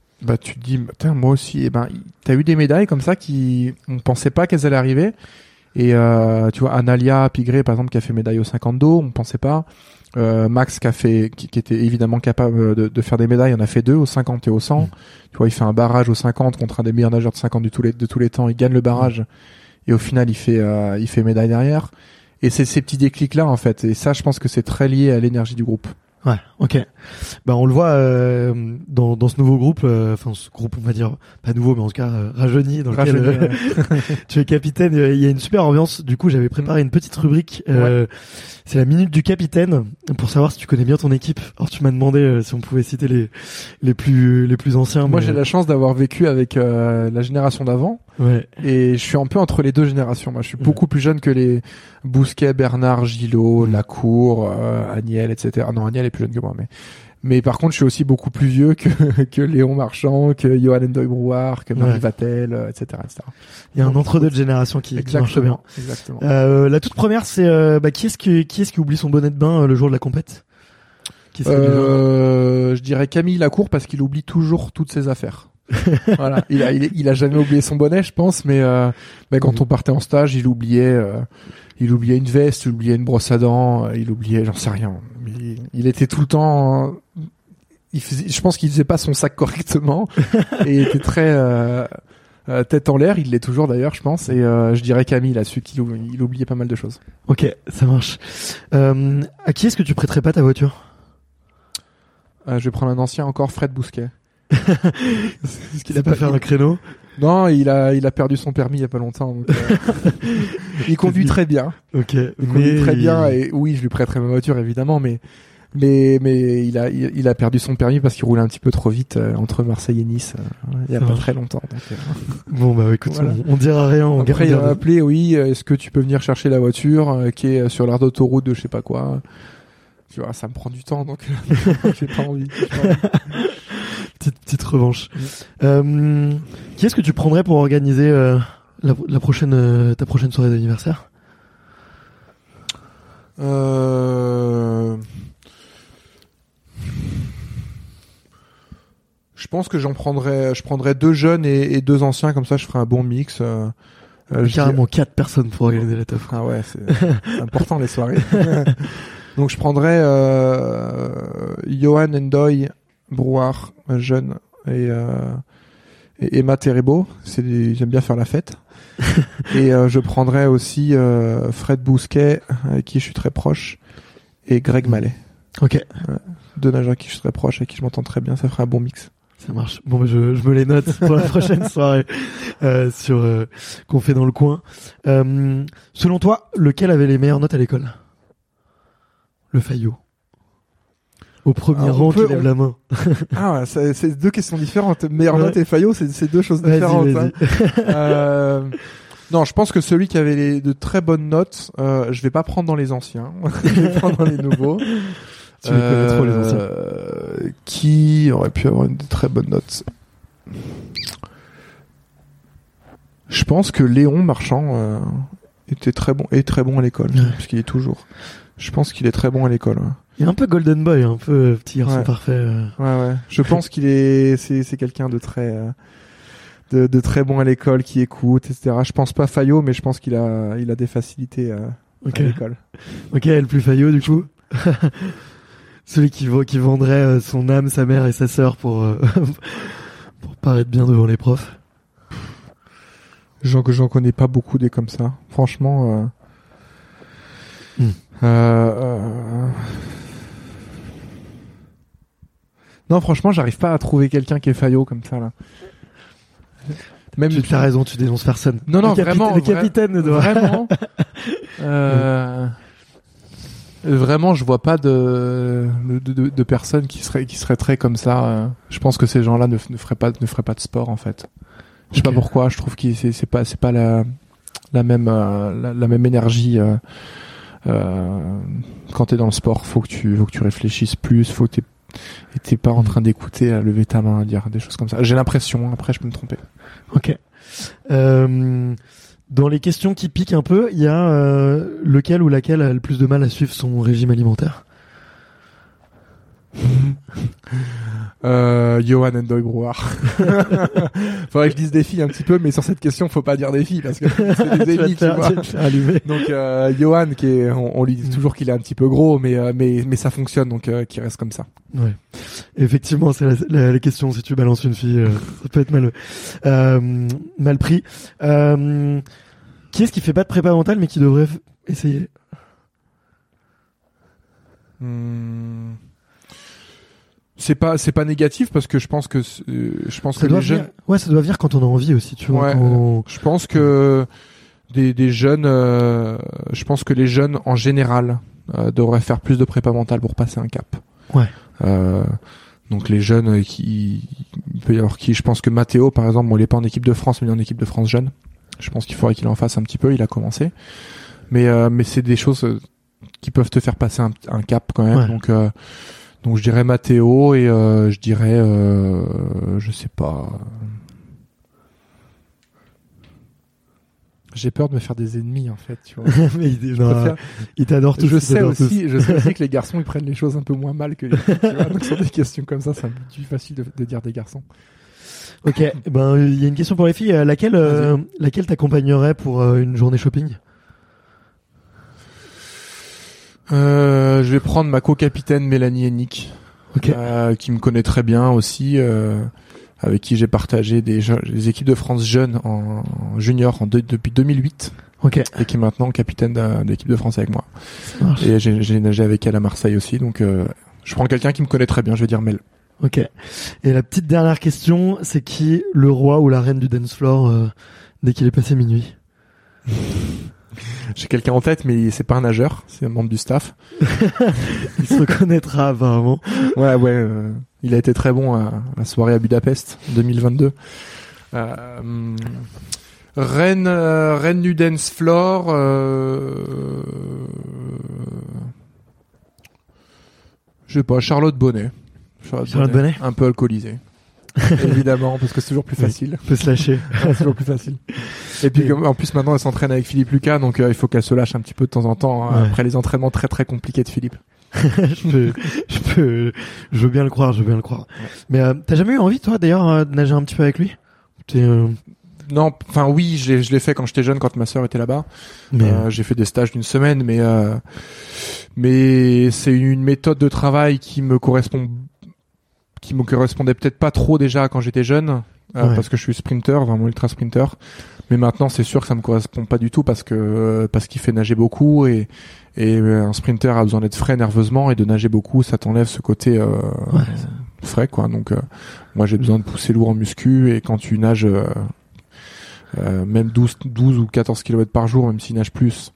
tu te dis, moi aussi, t'as eu des médailles comme ça on pensait pas qu'elles allaient arriver. Et tu vois, Analia Pigré par exemple qui a fait médaille au 50 dos, on pensait pas. Max qui était évidemment capable de faire des médailles, en a fait 2 au 50 et au 100. Tu vois, il fait un barrage au 50 contre un des meilleurs nageurs de 50 de tous les temps, il gagne le barrage et au final il fait médaille derrière. Et c'est ces petits déclics là en fait, et ça je pense que c'est très lié à l'énergie du groupe. Ouais, ok. Bah on le voit dans ce nouveau groupe, enfin ce groupe on va dire pas nouveau mais en tout cas rajeuni dans lequel tu es capitaine. Il y a une super ambiance. Du coup j'avais préparé une petite rubrique. C'est la minute du capitaine pour savoir si tu connais bien ton équipe. Alors tu m'as demandé si on pouvait citer les plus anciens. Moi j'ai la chance d'avoir vécu avec la génération d'avant. Ouais. Et je suis un peu entre les deux générations. Moi je suis beaucoup plus jeune que les Bousquet, Bernard, Gillot, Lacour, Agnel, etc. Non, Agnel est plus jeune que moi, mais par contre je suis aussi beaucoup plus vieux que Léon Marchand, que Johan Endoy Brouard, que Marie Vatel, etc., etc. Il y a un entre-deux de génération qui marche bien. Exactement. La toute première c'est qui est-ce qui oublie son bonnet de bain le jour de la compète? Je dirais Camille Lacour parce qu'il oublie toujours toutes ses affaires. Voilà, il a jamais oublié son bonnet, je pense, mais quand on partait en stage, il oubliait une veste, il oubliait une brosse à dents, il oubliait, j'en sais rien. Il était tout le temps, je pense qu'il faisait pas son sac correctement et il était très tête en l'air. Il l'est toujours d'ailleurs, je pense. Et je dirais Camille là-dessus qu'il oubliait pas mal de choses. Ok, ça marche. À qui est-ce que tu prêterais pas ta voiture? Je vais prendre un ancien encore, Fred Bousquet. Est-ce qu'il a pas fait un créneau? Non, il a perdu son permis il y a pas longtemps. Donc, il conduit très bien. Ok. Il conduit très bien et oui, je lui prêterai ma voiture évidemment, mais il a perdu son permis parce qu'il roulait un petit peu trop vite entre Marseille et Nice il y a pas très longtemps. Donc, bon bah écoute, voilà. on dira rien. Après il m'a appelé, oui, est-ce que tu peux venir chercher la voiture qui est sur l'aire d'autoroute de je sais pas quoi. Tu vois, ça me prend du temps, donc j'ai pas envie. Petite revanche. Qui est-ce que tu prendrais pour organiser ta prochaine soirée d'anniversaire? Je pense que je prendrais 2 jeunes et 2 anciens, comme ça je ferai un bon mix. Carrément 4 personnes pour organiser la teuf. Ah ouais, c'est important les soirées. Donc je prendrais Johan Endoy Brouard, jeune, et Emma Terebo. J'aime bien faire la fête. Et je prendrais aussi Fred Bousquet, avec qui je suis très proche, et Greg Mallet. Ok. 2 nageurs avec qui je suis très proche, avec qui je m'entends très bien. Ça ferait un bon mix. Ça marche. Bon, je me les note pour la prochaine soirée qu'on fait dans le coin. Selon toi, lequel avait les meilleures notes à l'école? Le Fayot. Au premier rang, qui lève la main. Ah ouais, c'est 2 questions différentes. Meilleure note et Fayot, c'est 2 choses différentes. Vas-y. Hein. Non, je pense que celui qui avait de très bonnes notes, je vais pas prendre dans les anciens. Je vais prendre dans les nouveaux. Tu les connais trop, les anciens. Qui aurait pu avoir de très bonnes notes? Je pense que Léon Marchand était très bon à l'école, parce qu'il est toujours. Je pense qu'il est très bon à l'école. Ouais. Il est un peu golden boy, un peu petit garçon parfait. Ouais. Je pense c'est quelqu'un de très de très bon à l'école, qui écoute, etc. Je pense pas Fayot, mais je pense qu'il a des facilités à l'école. Ok, le plus Fayot du coup. Celui qui vendrait son âme, sa mère et sa sœur pour paraître bien devant les profs. J'en connais pas beaucoup des comme ça. Franchement. Non, franchement, j'arrive pas à trouver quelqu'un qui est Fayot comme ça là. Même tu as raison, tu dénonces personne. Non, vraiment. Le capitaine ne doit vraiment. Vraiment, je vois pas de personnes qui seraient très comme ça. Je pense que ces gens-là ne feraient pas de sport en fait. Je sais pas pourquoi. Je trouve que c'est pas la même énergie. Quand t'es dans le sport, faut que tu réfléchisses plus, faut que t'es pas en train d'écouter, à lever ta main, à dire des choses comme ça. J'ai l'impression, après je peux me tromper. Ok. Dans les questions qui piquent un peu, il y a lequel ou laquelle a le plus de mal à suivre son régime alimentaire? Johan Endoy Brouard. Faudrait que je dise des filles un petit peu, mais sur cette question, faut pas dire des filles parce que c'est des ennemis, tu vois. Donc Johan, on lui dit toujours qu'il est un petit peu gros, mais ça fonctionne, donc qu'il reste comme ça. Ouais. Effectivement, c'est la question. Si tu balances une fille, ça peut être mal pris. Qui est-ce qui fait pas de prépa mentale mais qui devrait essayer? C'est pas négatif parce que je pense que ça les jeunes. Ça doit venir quand on a envie aussi, tu vois. Je pense que des jeunes, je pense que les jeunes en général devraient faire plus de prépa mentale pour passer un cap. Ouais. Donc les jeunes il peut y avoir je pense que Mathéo par exemple, il est pas en équipe de France mais il est en équipe de France jeune. Je pense qu'il faudrait qu'il en fasse un petit peu, il a commencé. Mais c'est des choses qui peuvent te faire passer un cap quand même. Ouais. Donc je dirais Mathéo et je dirais je sais pas. J'ai peur de me faire des ennemis en fait, tu vois. Mais il t'adore tous. Je sais aussi que les garçons ils prennent les choses un peu moins mal que les filles, tu vois. Donc sur des questions comme ça me dit facile de dire des garçons. Ok, il y a une question pour les filles. Laquelle t'accompagnerait pour une journée shopping? Je vais prendre ma co-capitaine Mélanie Hennick, qui me connaît très bien aussi, avec qui j'ai partagé des équipes de France jeunes en junior depuis 2008. Okay. Et qui est maintenant capitaine d'équipe de France avec moi. Et j'ai nagé avec elle à Marseille aussi, donc je prends quelqu'un qui me connaît très bien, je vais dire Mel. Ok. Et la petite dernière question, c'est qui le roi ou la reine du dance floor dès qu'il est passé minuit? J'ai quelqu'un en tête, mais c'est pas un nageur, c'est un membre du staff. Il se reconnaîtra apparemment. Ouais, il a été très bon à la soirée à Budapest 2022. Reine du dance floor. Je sais pas, Charlotte Bonnet. Charlotte Bonnet. Un peu alcoolisée. Évidemment, parce que c'est toujours plus facile. Peut se lâcher. C'est toujours plus facile. Et puis, en plus, maintenant, elle s'entraîne avec Philippe Lucas, donc il faut qu'elle se lâche un petit peu de temps en temps, après les entraînements très très compliqués de Philippe. je veux bien le croire. Ouais. Mais t'as jamais eu envie, toi, d'ailleurs, de nager un petit peu avec lui? Non, enfin oui, je l'ai fait quand j'étais jeune, quand ma sœur était là-bas. J'ai fait des stages d'une semaine, mais c'est une méthode de travail qui me correspondait peut-être pas trop déjà quand j'étais jeune, parce que je suis sprinter, vraiment ultra sprinter. Mais maintenant, c'est sûr que ça me correspond pas du tout parce qu'il fait nager beaucoup et un sprinter a besoin d'être frais nerveusement et de nager beaucoup, ça t'enlève ce côté frais, quoi. Donc moi, j'ai besoin de pousser lourd en muscu et quand tu nages même 12 ou 14 km par jour, même s'il nage plus.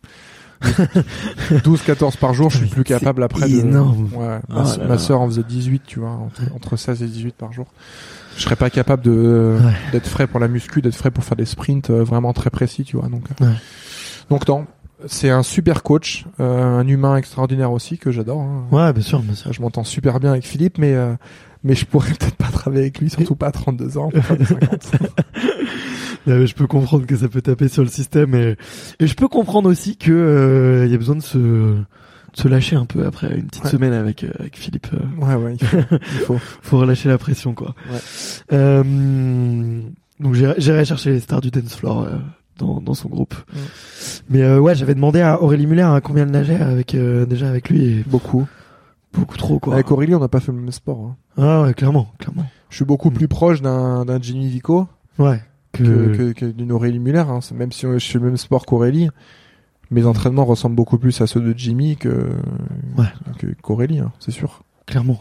12-14 par jour, je suis plus capable après énorme. Ma sœur en faisait 18, tu vois, entre 16 et 18 par jour. Je serais pas capable d'être frais pour la muscu, d'être frais pour faire des sprints vraiment très précis, tu vois. Donc non, c'est un super coach, un humain extraordinaire aussi que j'adore. Hein. Ouais, bien sûr. Je m'entends super bien avec Philippe, mais je pourrais peut-être pas travailler avec lui, surtout pas à 32 ans, pour faire des 50. Je peux comprendre que ça peut taper sur le système et je peux comprendre aussi que il y a besoin de se lâcher un peu après une petite semaine avec Philippe. Ouais, il faut relâcher la pression, quoi. Ouais. Donc j'irai chercher les stars du dance floor dans son groupe. Mais j'avais demandé à Aurélie Muller combien elle nageait déjà avec lui et beaucoup trop, quoi. Avec Aurélie, on n'a pas fait le même sport. Hein. Ah ouais, clairement. Je suis beaucoup plus proche d'un Jimmy Vico. Ouais. Que d'une Aurélie Muller, hein. Même si je fais le même sport qu'Aurélie, mes entraînements ressemblent beaucoup plus à ceux de Jimmy qu'Aurélie, hein, c'est sûr. Clairement.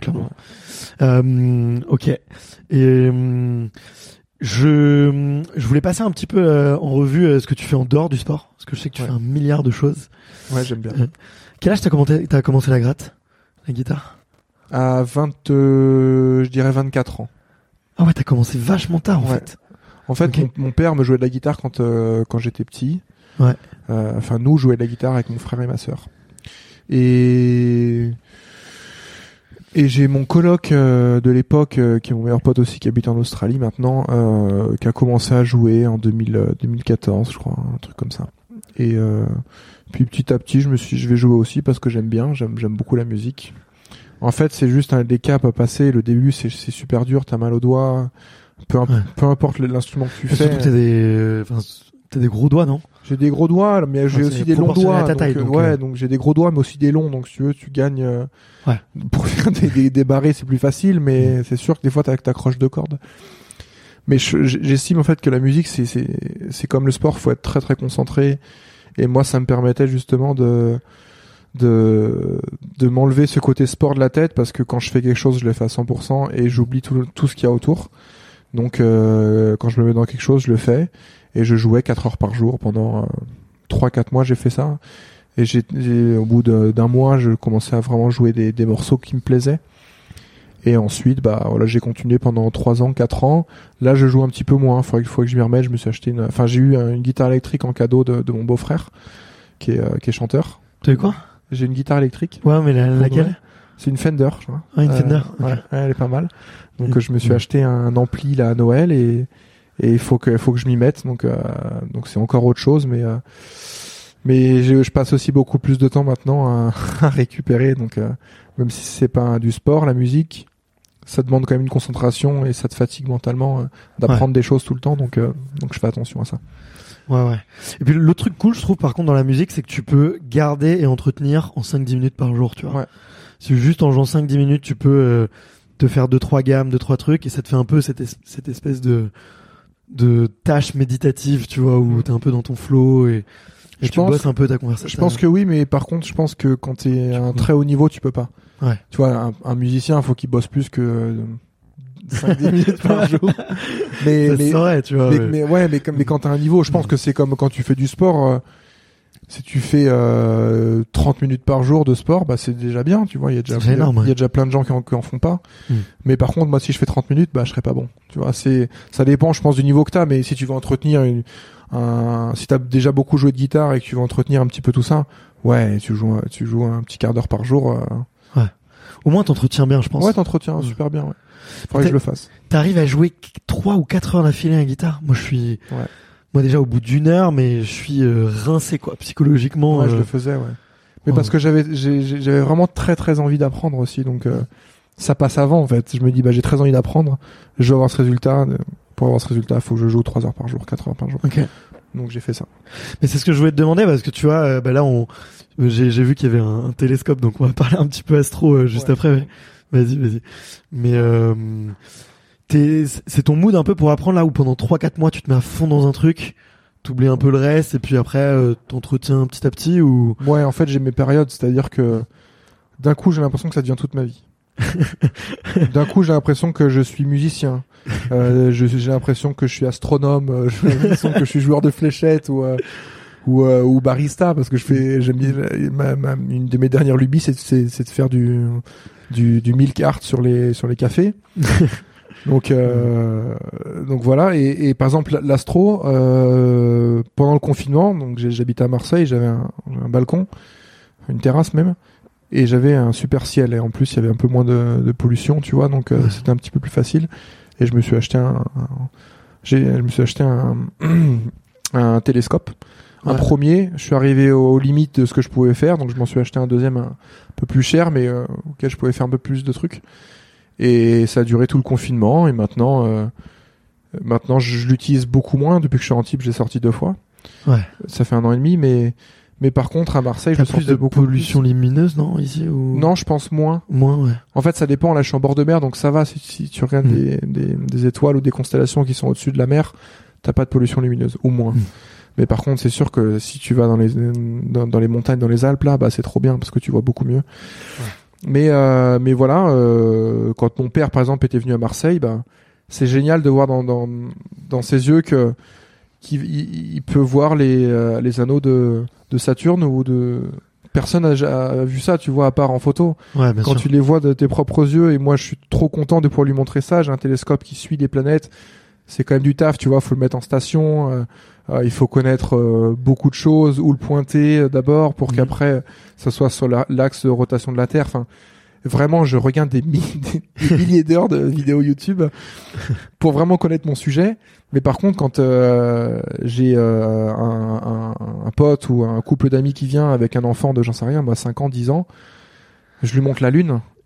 Ok. Et je voulais passer un petit peu en revue ce que tu fais en dehors du sport, parce que je sais que tu fais un milliard de choses. Ouais, j'aime bien. Quel âge t'as commencé la gratte, la guitare? À je dirais 24 ans. Ah ouais, t'as commencé vachement tard en fait. En fait, mon père me jouait de la guitare quand j'étais petit. Ouais. Enfin, nous jouions de la guitare avec mon frère et ma sœur. Et j'ai mon coloc de l'époque, qui est mon meilleur pote aussi, qui habite en Australie maintenant, qui a commencé à jouer en 2014, je crois, un truc comme ça. Et puis petit à petit, je vais jouer aussi parce que j'aime bien, j'aime beaucoup la musique. En fait, c'est juste des caps à passer. Le début, c'est super dur. T'as mal aux doigts. Peu importe l'instrument que tu fais. Surtout que t'as des gros doigts, non? J'ai des gros doigts, mais j'ai aussi des longs doigts. À ta taille, donc j'ai des gros doigts, mais aussi des longs. Donc si tu veux, tu gagnes. Pour faire des barrés, c'est plus facile, mais c'est sûr que des fois t'accroches 2 cordes. Mais j'estime en fait que la musique, c'est comme le sport. Faut être très très concentré. Et moi, ça me permettait justement de m'enlever ce côté sport de la tête, parce que quand je fais quelque chose, je le fais à 100% et j'oublie tout ce qu'il y a autour. Donc quand je me mets dans quelque chose, je le fais. Et je jouais 4 heures par jour pendant 3-4 mois, j'ai fait ça. Et au bout d'un mois, je commençais à vraiment jouer des morceaux qui me plaisaient. Et ensuite, j'ai continué pendant 3 ans, 4 ans. Là, je joue un petit peu moins. Faut que je m'y remette. Je me suis acheté j'ai eu une guitare électrique en cadeau de mon beau-frère, qui est chanteur. T'as eu quoi? J'ai une guitare électrique. Ouais, mais laquelle? C'est une Fender, je crois. Ah, une Fender. Okay. Ouais, elle est pas mal. Donc je me suis acheté un ampli là à Noël et il faut que je m'y mette. Donc c'est encore autre chose, mais je passe aussi beaucoup plus de temps maintenant à récupérer. Donc même si c'est pas du sport, la musique, ça demande quand même une concentration et ça te fatigue mentalement d'apprendre des choses tout le temps. Donc je fais attention à ça. Ouais. Et puis le truc cool, je trouve, par contre, dans la musique, c'est que tu peux garder et entretenir en 5-10 minutes par jour, tu vois. Ouais. C'est juste en jouant 5-10 minutes, tu peux te faire 2-3 gammes, 2-3 trucs, et ça te fait un peu cette espèce de tâche méditative, tu vois, où t'es un peu dans ton flow et tu bosses un peu ta conversation. Je pense que oui, mais par contre, je pense que quand t'es à un très haut niveau, tu peux pas. Ouais. Tu vois, un musicien, faut qu'il bosse plus que 5-10 minutes par jour. Mais vrai, tu vois. Mais quand t'as un niveau, je pense que c'est comme quand tu fais du sport. Si tu fais 30 minutes par jour de sport, c'est déjà bien, tu vois. Il y a déjà plein de gens qui en font pas. Mais par contre, moi, si je fais 30 minutes, je serais pas bon. Tu vois, ça dépend, je pense, du niveau que t'as. Mais si tu veux entretenir si t'as déjà beaucoup joué de guitare et que tu veux entretenir un petit peu tout ça, ouais, tu joues un petit quart d'heure par jour. Ouais. Au moins, t'entretiens bien, je pense. Ouais, t'entretiens super bien, ouais. Faudrait que je le fasse. T'arrives à jouer 3 ou 4 heures d'affilée à la guitare. Moi déjà au bout d'1 heure, mais je suis rincé quoi, psychologiquement. Ouais, je le faisais, ouais. Mais parce que j'avais vraiment très très envie d'apprendre aussi, donc ça passe avant en fait. Je me dis j'ai très envie d'apprendre, je veux avoir ce résultat. Pour avoir ce résultat, il faut que je joue 3 heures par jour, 4 heures par jour. Ok. Donc j'ai fait ça. Mais c'est ce que je voulais te demander, parce que tu vois, là j'ai vu qu'il y avait un télescope, donc on va parler un petit peu astro juste après. Ouais. Vas-y. Mais c'est ton mood un peu pour apprendre là où pendant 3-4 mois tu te mets à fond dans un truc, t'oublies un peu le reste et puis après t'entretiens petit à petit ou... Ouais, en fait j'ai mes périodes, c'est-à-dire que d'un coup j'ai l'impression que ça devient toute ma vie. D'un coup j'ai l'impression que je suis musicien, j'ai l'impression que je suis astronome, j'ai l'impression que je suis joueur de fléchettes ou barista, parce que j'aime bien une de mes dernières lubies c'est de faire du milk art sur les cafés. Donc voilà, et par exemple l'astro pendant le confinement, donc j'habitais à Marseille, j'avais un balcon, une terrasse même, et j'avais un super ciel, et en plus il y avait un peu moins de pollution, tu vois, donc c'était un petit peu plus facile, et je me suis acheté un télescope. Un premier, je suis arrivé aux limites de ce que je pouvais faire, donc je m'en suis acheté un deuxième un peu plus cher, mais auquel je pouvais faire un peu plus de trucs. Et ça a duré tout le confinement, et maintenant je l'utilise beaucoup moins. Depuis que je suis en type, j'ai sorti 2 fois. Ouais. Ça fait 1 an et demi, mais par contre à Marseille, je plus de beaucoup pollution lumineuse, non, ici ou... Non, je pense moins. Moins, ouais. En fait, ça dépend. Là, je suis en bord de mer, donc ça va. Si tu regardes des étoiles ou des constellations qui sont au-dessus de la mer, t'as pas de pollution lumineuse, ou moins. Mais par contre, c'est sûr que si tu vas dans les montagnes, dans les Alpes, là, c'est trop bien parce que tu vois beaucoup mieux. Ouais. Mais voilà, quand mon père, par exemple, était venu à Marseille, c'est génial de voir dans ses yeux qu'il peut voir les anneaux de Saturne, ou de... Personne n'a vu ça, tu vois, à part en photo. Ouais, bien quand sûr. tu les vois de tes propres yeux, et moi, je suis trop content de pouvoir lui montrer ça. J'ai un télescope qui suit les planètes. C'est quand même du taf, tu vois, faut le mettre en station. Il faut connaître beaucoup de choses, où le pointer d'abord pour qu'après ça soit sur l'axe de rotation de la Terre. Enfin, vraiment, je regarde des milliers d'heures de vidéos YouTube pour vraiment connaître mon sujet. Mais par contre, quand j'ai un pote ou un couple d'amis qui vient avec un enfant de, j'en sais rien, 5 ans, 10 ans, je lui montre la Lune.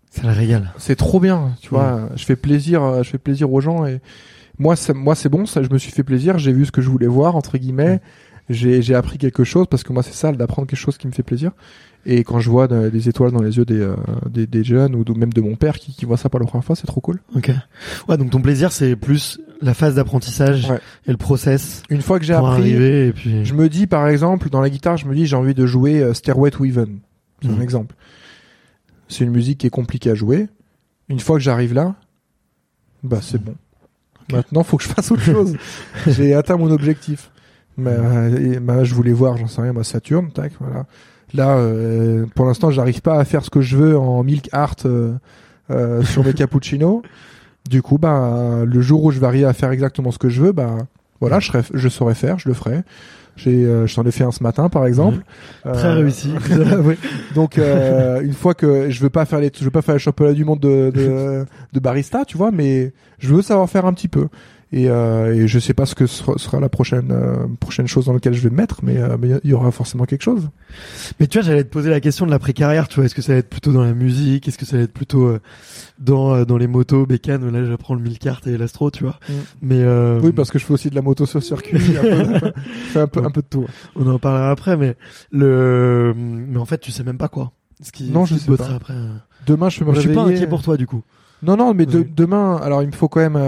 Ça le régale. C'est trop bien, tu vois. Je fais plaisir aux gens et moi c'est bon, ça, je me suis fait plaisir, j'ai vu ce que je voulais voir entre guillemets. J'ai appris quelque chose parce que moi c'est ça, d'apprendre quelque chose qui me fait plaisir. Et quand je vois des étoiles dans les yeux des jeunes ou même de mon père qui voit ça pour la première fois, c'est trop cool. Ok. Ouais, donc ton plaisir c'est plus la phase d'apprentissage et le process. Une fois que j'ai pour appris, arriver, et puis... je me dis par exemple dans la guitare, je me dis j'ai envie de jouer Stairway to Heaven. C'est un exemple. C'est une musique qui est compliquée à jouer. Une fois que j'arrive là, bah c'est bon. Okay. Maintenant, faut que je fasse autre chose. J'ai atteint mon objectif. Je voulais voir, j'en sais rien, moi Saturne, tac, voilà. Là, pour l'instant, j'arrive pas à faire ce que je veux en milk art sur mes cappuccinos. Du coup, bah, le jour où je vais arriver à faire exactement ce que je veux, bah, voilà, je saurais faire, je le ferai. Je t'en ai fait un ce matin, par exemple. Très réussi. Oui. Donc, une fois que je veux pas faire les championnats du monde de barista, tu vois, mais je veux savoir faire un petit peu. Et je sais pas ce que sera la prochaine chose dans laquelle je vais me mettre, mais il y aura forcément quelque chose. Mais tu vois, j'allais te poser la question de l'après-carrière, tu vois, est-ce que ça va être plutôt dans la musique, est-ce que ça va être plutôt dans les motos, bécanes, là j'apprends le milkart et l'astro, tu vois. Mais oui, parce que je fais aussi de la moto sur circuit, je fais un peu de tout. On en parlera après, mais en fait, tu sais même pas quoi. Non, je sais pas. Après. Demain, je peux me réveiller. Je suis pas inquiet pour toi du coup. Non, mais demain, alors il me faut quand même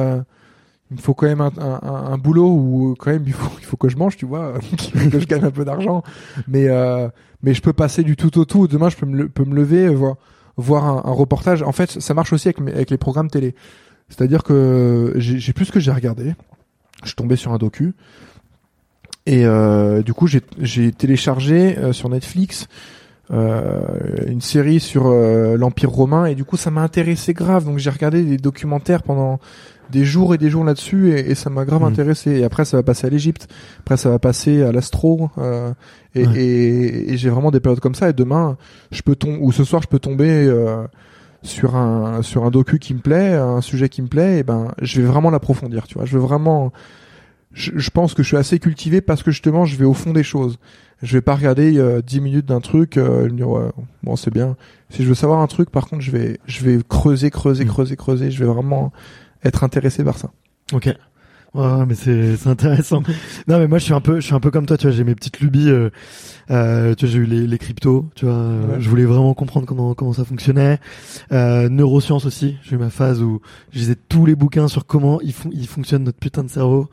un boulot où quand même il faut que je mange, tu vois, que je gagne un peu d'argent. Mais je peux passer du tout au tout. Demain, je peux me lever, voir un reportage. En fait, ça marche aussi avec les programmes télé. C'est-à-dire que j'ai plus ce que j'ai regardé. Je suis tombé sur un docu. Et du coup, j'ai téléchargé sur Netflix une série sur l'Empire romain. Et du coup, ça m'a intéressé grave. Donc, j'ai regardé des documentaires pendant des jours et des jours là-dessus et ça m'a grave intéressé. Et après ça va passer à l'Égypte, après ça va passer à l'astro et j'ai vraiment des périodes comme ça. Et demain ou ce soir je peux tomber sur un docu qui me plaît, un sujet qui me plaît, et ben je vais vraiment l'approfondir, tu vois. Je pense que je suis assez cultivé parce que justement je vais au fond des choses. Je vais pas regarder 10 minutes d'un truc et me dire ouais, bon c'est bien. Si je veux savoir un truc, par contre je vais creuser. Je vais vraiment être intéressé par ça. Ok. Ouais, mais c'est intéressant. Non, mais moi je suis un peu comme toi, tu vois, j'ai mes petites lubies. Tu vois, j'ai eu les cryptos, tu vois. Je voulais vraiment comprendre comment ça fonctionnait. Neurosciences aussi. J'ai eu ma phase où je lisais tous les bouquins sur comment il fonctionne notre putain de cerveau.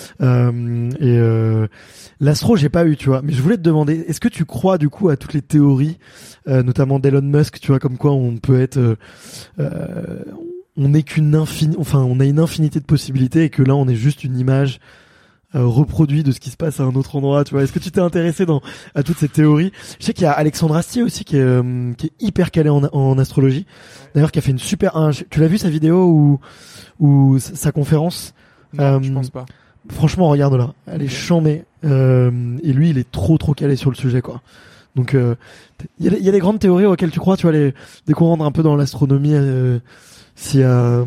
L'astro, j'ai pas eu, tu vois. Mais je voulais te demander, est-ce que tu crois du coup à toutes les théories, notamment d'Elon Musk, tu vois, comme quoi on peut être on n'est on a une infinité de possibilités et que là on est juste une image reproduite de ce qui se passe à un autre endroit, tu vois. Est-ce que tu t'es intéressé à toutes ces théories? Je sais qu'il y a Alexandre Astier aussi qui est hyper calé en astrologie. D'ailleurs qui a fait une tu l'as vu sa vidéo ou sa conférence? Non, je pense pas. Franchement, regarde-la. Elle est chambée. Et lui, il est trop calé sur le sujet, quoi. Donc il y a des grandes théories auxquelles tu crois, tu vois, dès qu'on rentre un peu dans l'astronomie, s'il y a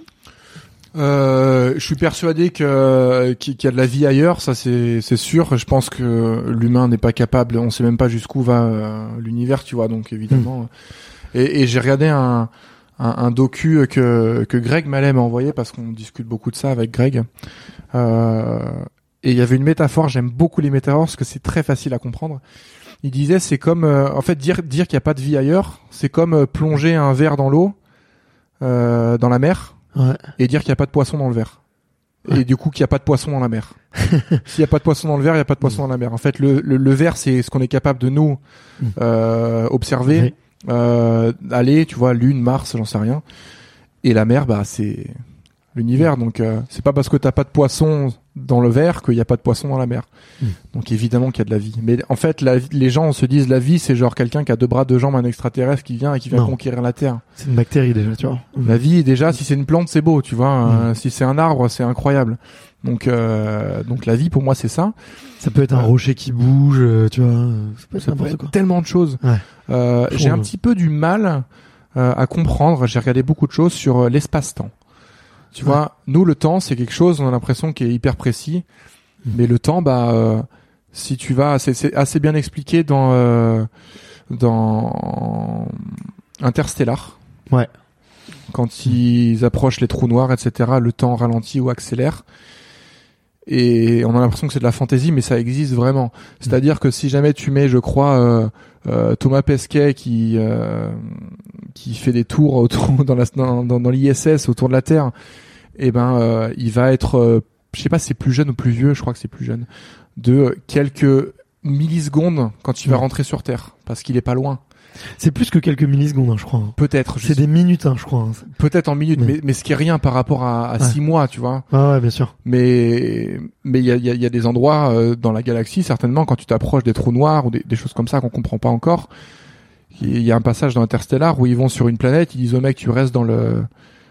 je suis persuadé qu'il y a de la vie ailleurs, ça c'est sûr. Je pense que l'humain n'est pas capable, on sait même pas jusqu'où va l'univers, tu vois. Donc évidemment. Et j'ai regardé un docu que Greg Mallet m'a envoyé parce qu'on discute beaucoup de ça avec Greg. Et il y avait une métaphore, j'aime beaucoup les métaphores parce que c'est très facile à comprendre. Il disait c'est comme en fait dire qu'il y a pas de vie ailleurs, c'est comme plonger un verre dans l'eau. Dans la mer et dire qu'il n'y a pas de poisson dans le verre et du coup qu'il n'y a pas de poisson dans la mer. S'il n'y a pas de poisson dans le verre, il n'y a pas de poisson dans la mer. En fait le verre c'est ce qu'on est capable de nous observer, aller, tu vois, Lune, Mars, j'en sais rien, et la mer bah c'est l'univers. Donc c'est pas parce que t'as pas de poisson dans le verre qu'il y a pas de poisson dans la mer. Donc évidemment qu'il y a de la vie. Mais en fait les gens se disent la vie c'est genre quelqu'un qui a 2 bras, 2 jambes, un extraterrestre qui vient conquérir la Terre. C'est une bactérie déjà, tu vois. La vie déjà, si c'est une plante c'est beau, tu vois. Si c'est un arbre c'est incroyable. Donc la vie pour moi c'est ça. Ça peut être un rocher qui bouge, tu vois. Ça peut être tellement de choses. Ouais. J'ai un petit peu du mal à comprendre. J'ai regardé beaucoup de choses sur l'espace-temps. Tu vois, nous le temps c'est quelque chose, on a l'impression qui est hyper précis, mais le temps si tu vas, c'est assez bien expliqué dans Interstellar. Ouais. Quand ils approchent les trous noirs, etc., le temps ralentit ou accélère. Et on a l'impression que c'est de la fantaisie, mais ça existe vraiment. C'est-à-dire que si jamais tu mets, je crois, Thomas Pesquet qui fait des tours autour dans l'ISS autour de la Terre, et il va être, je sais pas si c'est plus jeune ou plus vieux, je crois que c'est plus jeune, de quelques millisecondes quand il va rentrer sur Terre, parce qu'il est pas loin. C'est plus que quelques millisecondes, hein, je crois. Peut-être. C'est des minutes, hein, je crois. Peut-être en minutes, mais ce qui est rien par rapport à 6 mois, tu vois. Ouais, bien sûr. Mais il y a des endroits dans la galaxie, certainement, quand tu t'approches des trous noirs ou des choses comme ça qu'on comprend pas encore. Il y a un passage dans Interstellar où ils vont sur une planète, ils disent au mec, tu restes dans le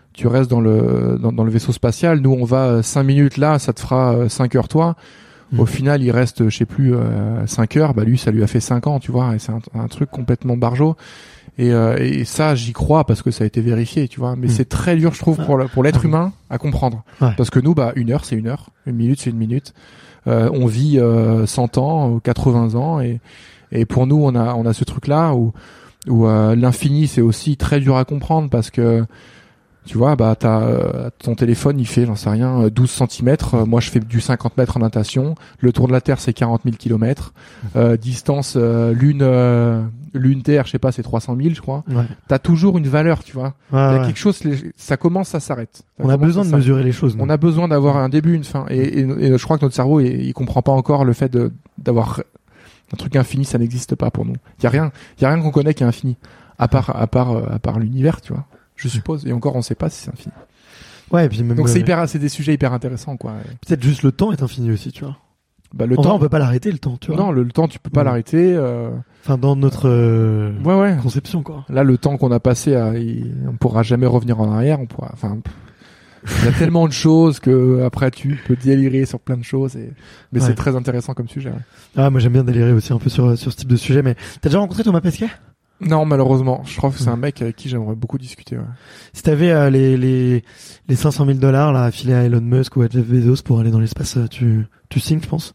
vaisseau spatial. Nous, on va 5 minutes là, ça te fera 5 heures toi. Au final, il reste, je sais plus, 5 heures. Bah lui, ça lui a fait 5 ans, tu vois. Et c'est un truc complètement barjot. Et ça, j'y crois parce que ça a été vérifié, tu vois. Mais c'est très dur, je trouve, pour l'être humain à comprendre. Ouais. Parce que nous, 1 heure, c'est 1 heure. 1 minute, c'est 1 minute. On vit 100 ans, 80 ans. Et pour nous, on a ce truc-là où l'infini, c'est aussi très dur à comprendre parce que tu vois, t'as ton téléphone, il fait, j'en sais rien, 12 cm. Moi, je fais du 50 mètres en natation. Le tour de la Terre, c'est 40 000 km. Distance Lune-Terre, je sais pas, c'est 300 000, je crois. Ouais. T'as toujours une valeur, tu vois. Il y a quelque chose, ça commence, ça s'arrête. On a besoin de mesurer les choses. On a besoin d'avoir un début, une fin. Et je crois que notre cerveau, il comprend pas encore le fait d'avoir un truc infini, ça n'existe pas pour nous. Il y a rien qu'on connaît qui est infini. À part l'univers, tu vois. Je suppose, et encore on sait pas si c'est infini. Ouais, et puis même donc c'est des sujets hyper intéressants, quoi. Peut-être juste le temps est infini aussi, tu vois. Le temps, on peut pas l'arrêter, le temps, tu vois. Non, le temps tu peux pas l'arrêter. Enfin, dans notre conception, quoi. Là, le temps qu'on a passé, on pourra jamais revenir en arrière. Il y a tellement de choses que après tu peux délirer sur plein de choses. Mais c'est très intéressant comme sujet. Ouais. Ah, moi j'aime bien délirer aussi un peu sur ce type de sujet. Mais t'as déjà rencontré Thomas Pesquet ? Non, malheureusement. Je trouve que c'est un mec avec qui j'aimerais beaucoup discuter. Ouais. Si t'avais les $500 000 là à filer à Elon Musk ou à Jeff Bezos pour aller dans l'espace, tu signes, je pense.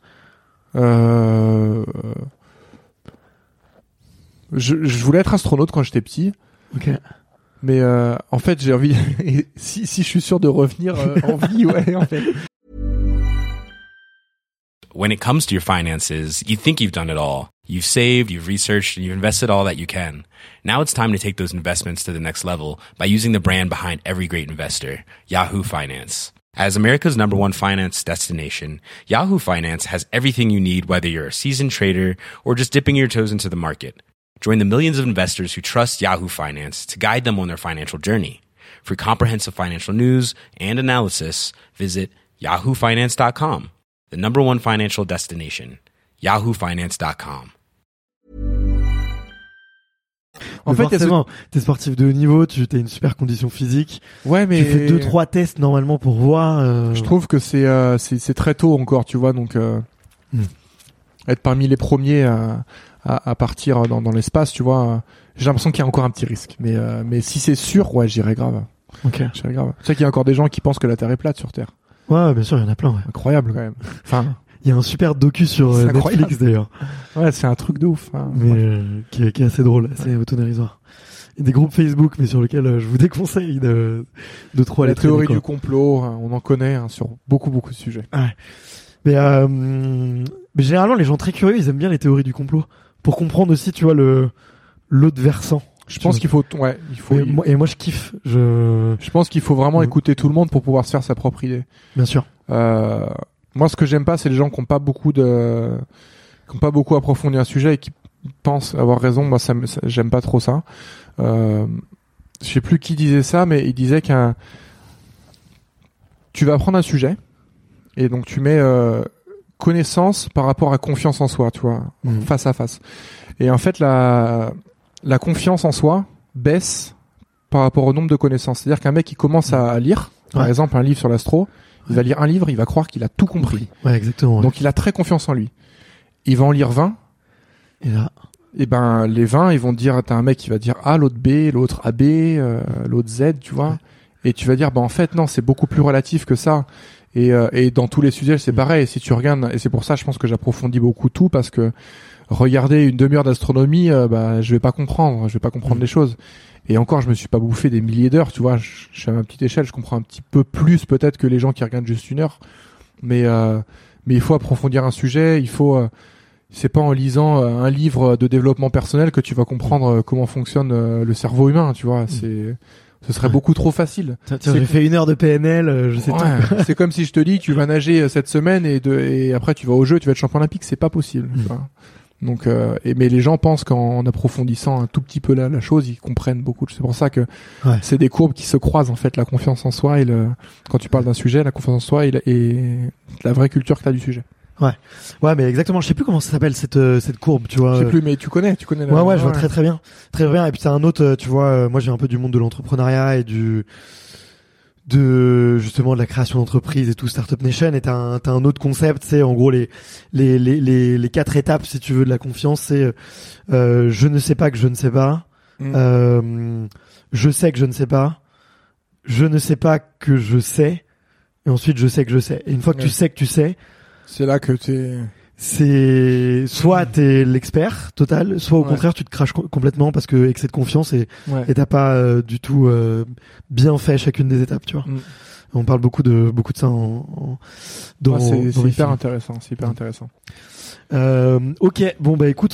Je voulais être astronaute quand j'étais petit. Ok. Mais en fait, j'ai envie. si je suis sûr de revenir en vie, ouais, en fait. When it comes to your finances, you think you've done it all. You've saved, you've researched, and you've invested all that you can. Now it's time to take those investments to the next level by using the brand behind every great investor, Yahoo Finance. As America's #1 finance destination, Yahoo Finance has everything you need, whether you're a seasoned trader or just dipping your toes into the market. Join the millions of investors who trust Yahoo Finance to guide them on their financial journey. For comprehensive financial news and analysis, visit yahoofinance.com. The #1 financial destination, yahoofinance.com. En fait, forcément, t'es sportif de haut niveau, t'as une super condition physique. Ouais, mais tu fais 2-3 tests normalement pour voir. Je trouve que c'est très tôt encore, tu vois, donc être parmi les premiers à partir dans l'espace, tu vois, j'ai l'impression qu'il y a encore un petit risque. Mais si c'est sûr, ouais, j'irai grave. Ok. J'irai grave. Tu sais qu'il y a encore des gens qui pensent que la Terre est plate sur Terre. Ouais, bien sûr, il y en a plein. Ouais. Incroyable quand même. Enfin, il y a un super docu sur Netflix d'ailleurs. Ouais, c'est un truc de ouf. Hein. Mais qui est assez drôle, assez autodérisoire. Il y a des groupes Facebook, mais sur lesquels je vous déconseille de trop aller. La théorie du complot, on en connaît sur beaucoup de sujets. Ouais. Mais généralement, les gens très curieux, ils aiment bien les théories du complot pour comprendre aussi, tu vois, l'autre versant. Je pense qu'il faut, et moi, je kiffe. Je pense qu'il faut vraiment écouter tout le monde pour pouvoir se faire sa propre idée. Bien sûr. Moi, ce que j'aime pas, c'est les gens qui ont pas beaucoup approfondi un sujet et qui pensent avoir raison. Moi, j'aime pas trop ça. Je sais plus qui disait ça, mais il disait tu vas prendre un sujet et donc tu mets connaissance par rapport à confiance en soi, tu vois, face à face. Et en fait, la confiance en soi baisse par rapport au nombre de connaissances. C'est-à-dire qu'un mec qui commence à lire, par exemple, un livre sur l'astro, il va lire un livre, il va croire qu'il a tout compris. Ouais, exactement. Ouais. Donc il a très confiance en lui. Il va en lire 20. Et là, les 20, ils vont te dire, t'as un mec qui va dire A, l'autre B, l'autre AB, l'autre Z, tu vois. Ouais. Et tu vas dire, en fait, non, c'est beaucoup plus relatif que ça. Et dans tous les sujets, c'est pareil. Si tu regardes, et c'est pour ça, je pense que j'approfondis beaucoup tout, parce que regarder une demi-heure d'astronomie, je vais pas comprendre les choses. Et encore, je me suis pas bouffé des milliers d'heures, tu vois. Je suis à ma petite échelle, je comprends un petit peu plus peut-être que les gens qui regardent juste une heure. Mais il faut approfondir un sujet. C'est pas en lisant un livre de développement personnel que tu vas comprendre comment fonctionne le cerveau humain, tu vois. Ce serait beaucoup trop facile. Tiens, j'ai fait 1 heure de PNL, je sais tout. C'est comme si je te dis, tu vas nager cette semaine et après tu vas au jeu, tu vas être champion olympique. C'est pas possible. Tu vois. Donc, mais les gens pensent qu'en approfondissant un tout petit peu la chose, ils comprennent beaucoup. C'est pour ça que c'est des courbes qui se croisent en fait. La confiance en soi quand tu parles d'un sujet, la confiance en soi et la vraie culture que t'as du sujet. Ouais, mais exactement. Je sais plus comment ça s'appelle cette courbe, tu vois. Je sais plus, mais tu connais. Ouais, je vois très bien. Et puis c'est un autre, tu vois. Moi, j'ai un peu du monde de l'entrepreneuriat et justement de la création d'entreprise et tout, Startup Nation. Et t'as un autre concept, c'est en gros les 4 étapes, si tu veux, de la confiance. C'est je ne sais pas que je ne sais pas. Je sais que je ne sais pas. Je ne sais pas que je sais. Et ensuite, je sais que je sais. Et une fois que tu sais que tu sais. C'est là que c'est soit t'es l'expert total, soit au contraire tu te craches complètement parce que excès de confiance et t'as pas du tout bien fait chacune des étapes, tu vois. On parle beaucoup de ça dans c'est hyper intéressant, ok, bon bah écoute,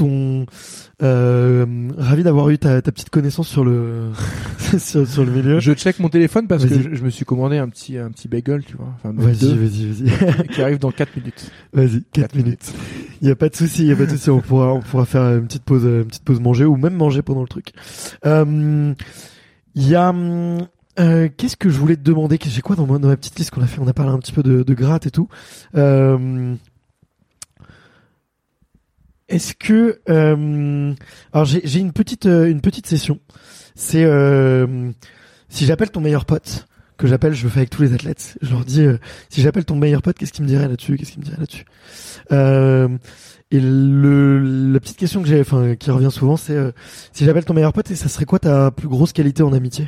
ravi d'avoir eu ta petite connaissance sur le sur le milieu. Je check mon téléphone parce que je me suis commandé un petit bagel, tu vois. Enfin, vas-y. Qui arrive dans 4 minutes. Vas-y, 4 minutes. Il y a pas de souci. On pourra faire une petite pause manger ou même manger pendant le truc. Il y a qu'est-ce que je voulais te demander? J'ai quoi dans ma petite liste qu'on a fait? On a parlé un petit peu de gratte et tout. Est-ce que alors j'ai une petite session. C'est si j'appelle ton meilleur pote, je le fais avec tous les athlètes. Je leur dis si j'appelle ton meilleur pote, qu'est-ce qu'il me dirait là-dessus? Et la petite question que j'ai, qui revient souvent, c'est si j'appelle ton meilleur pote, et ça serait quoi ta plus grosse qualité en amitié?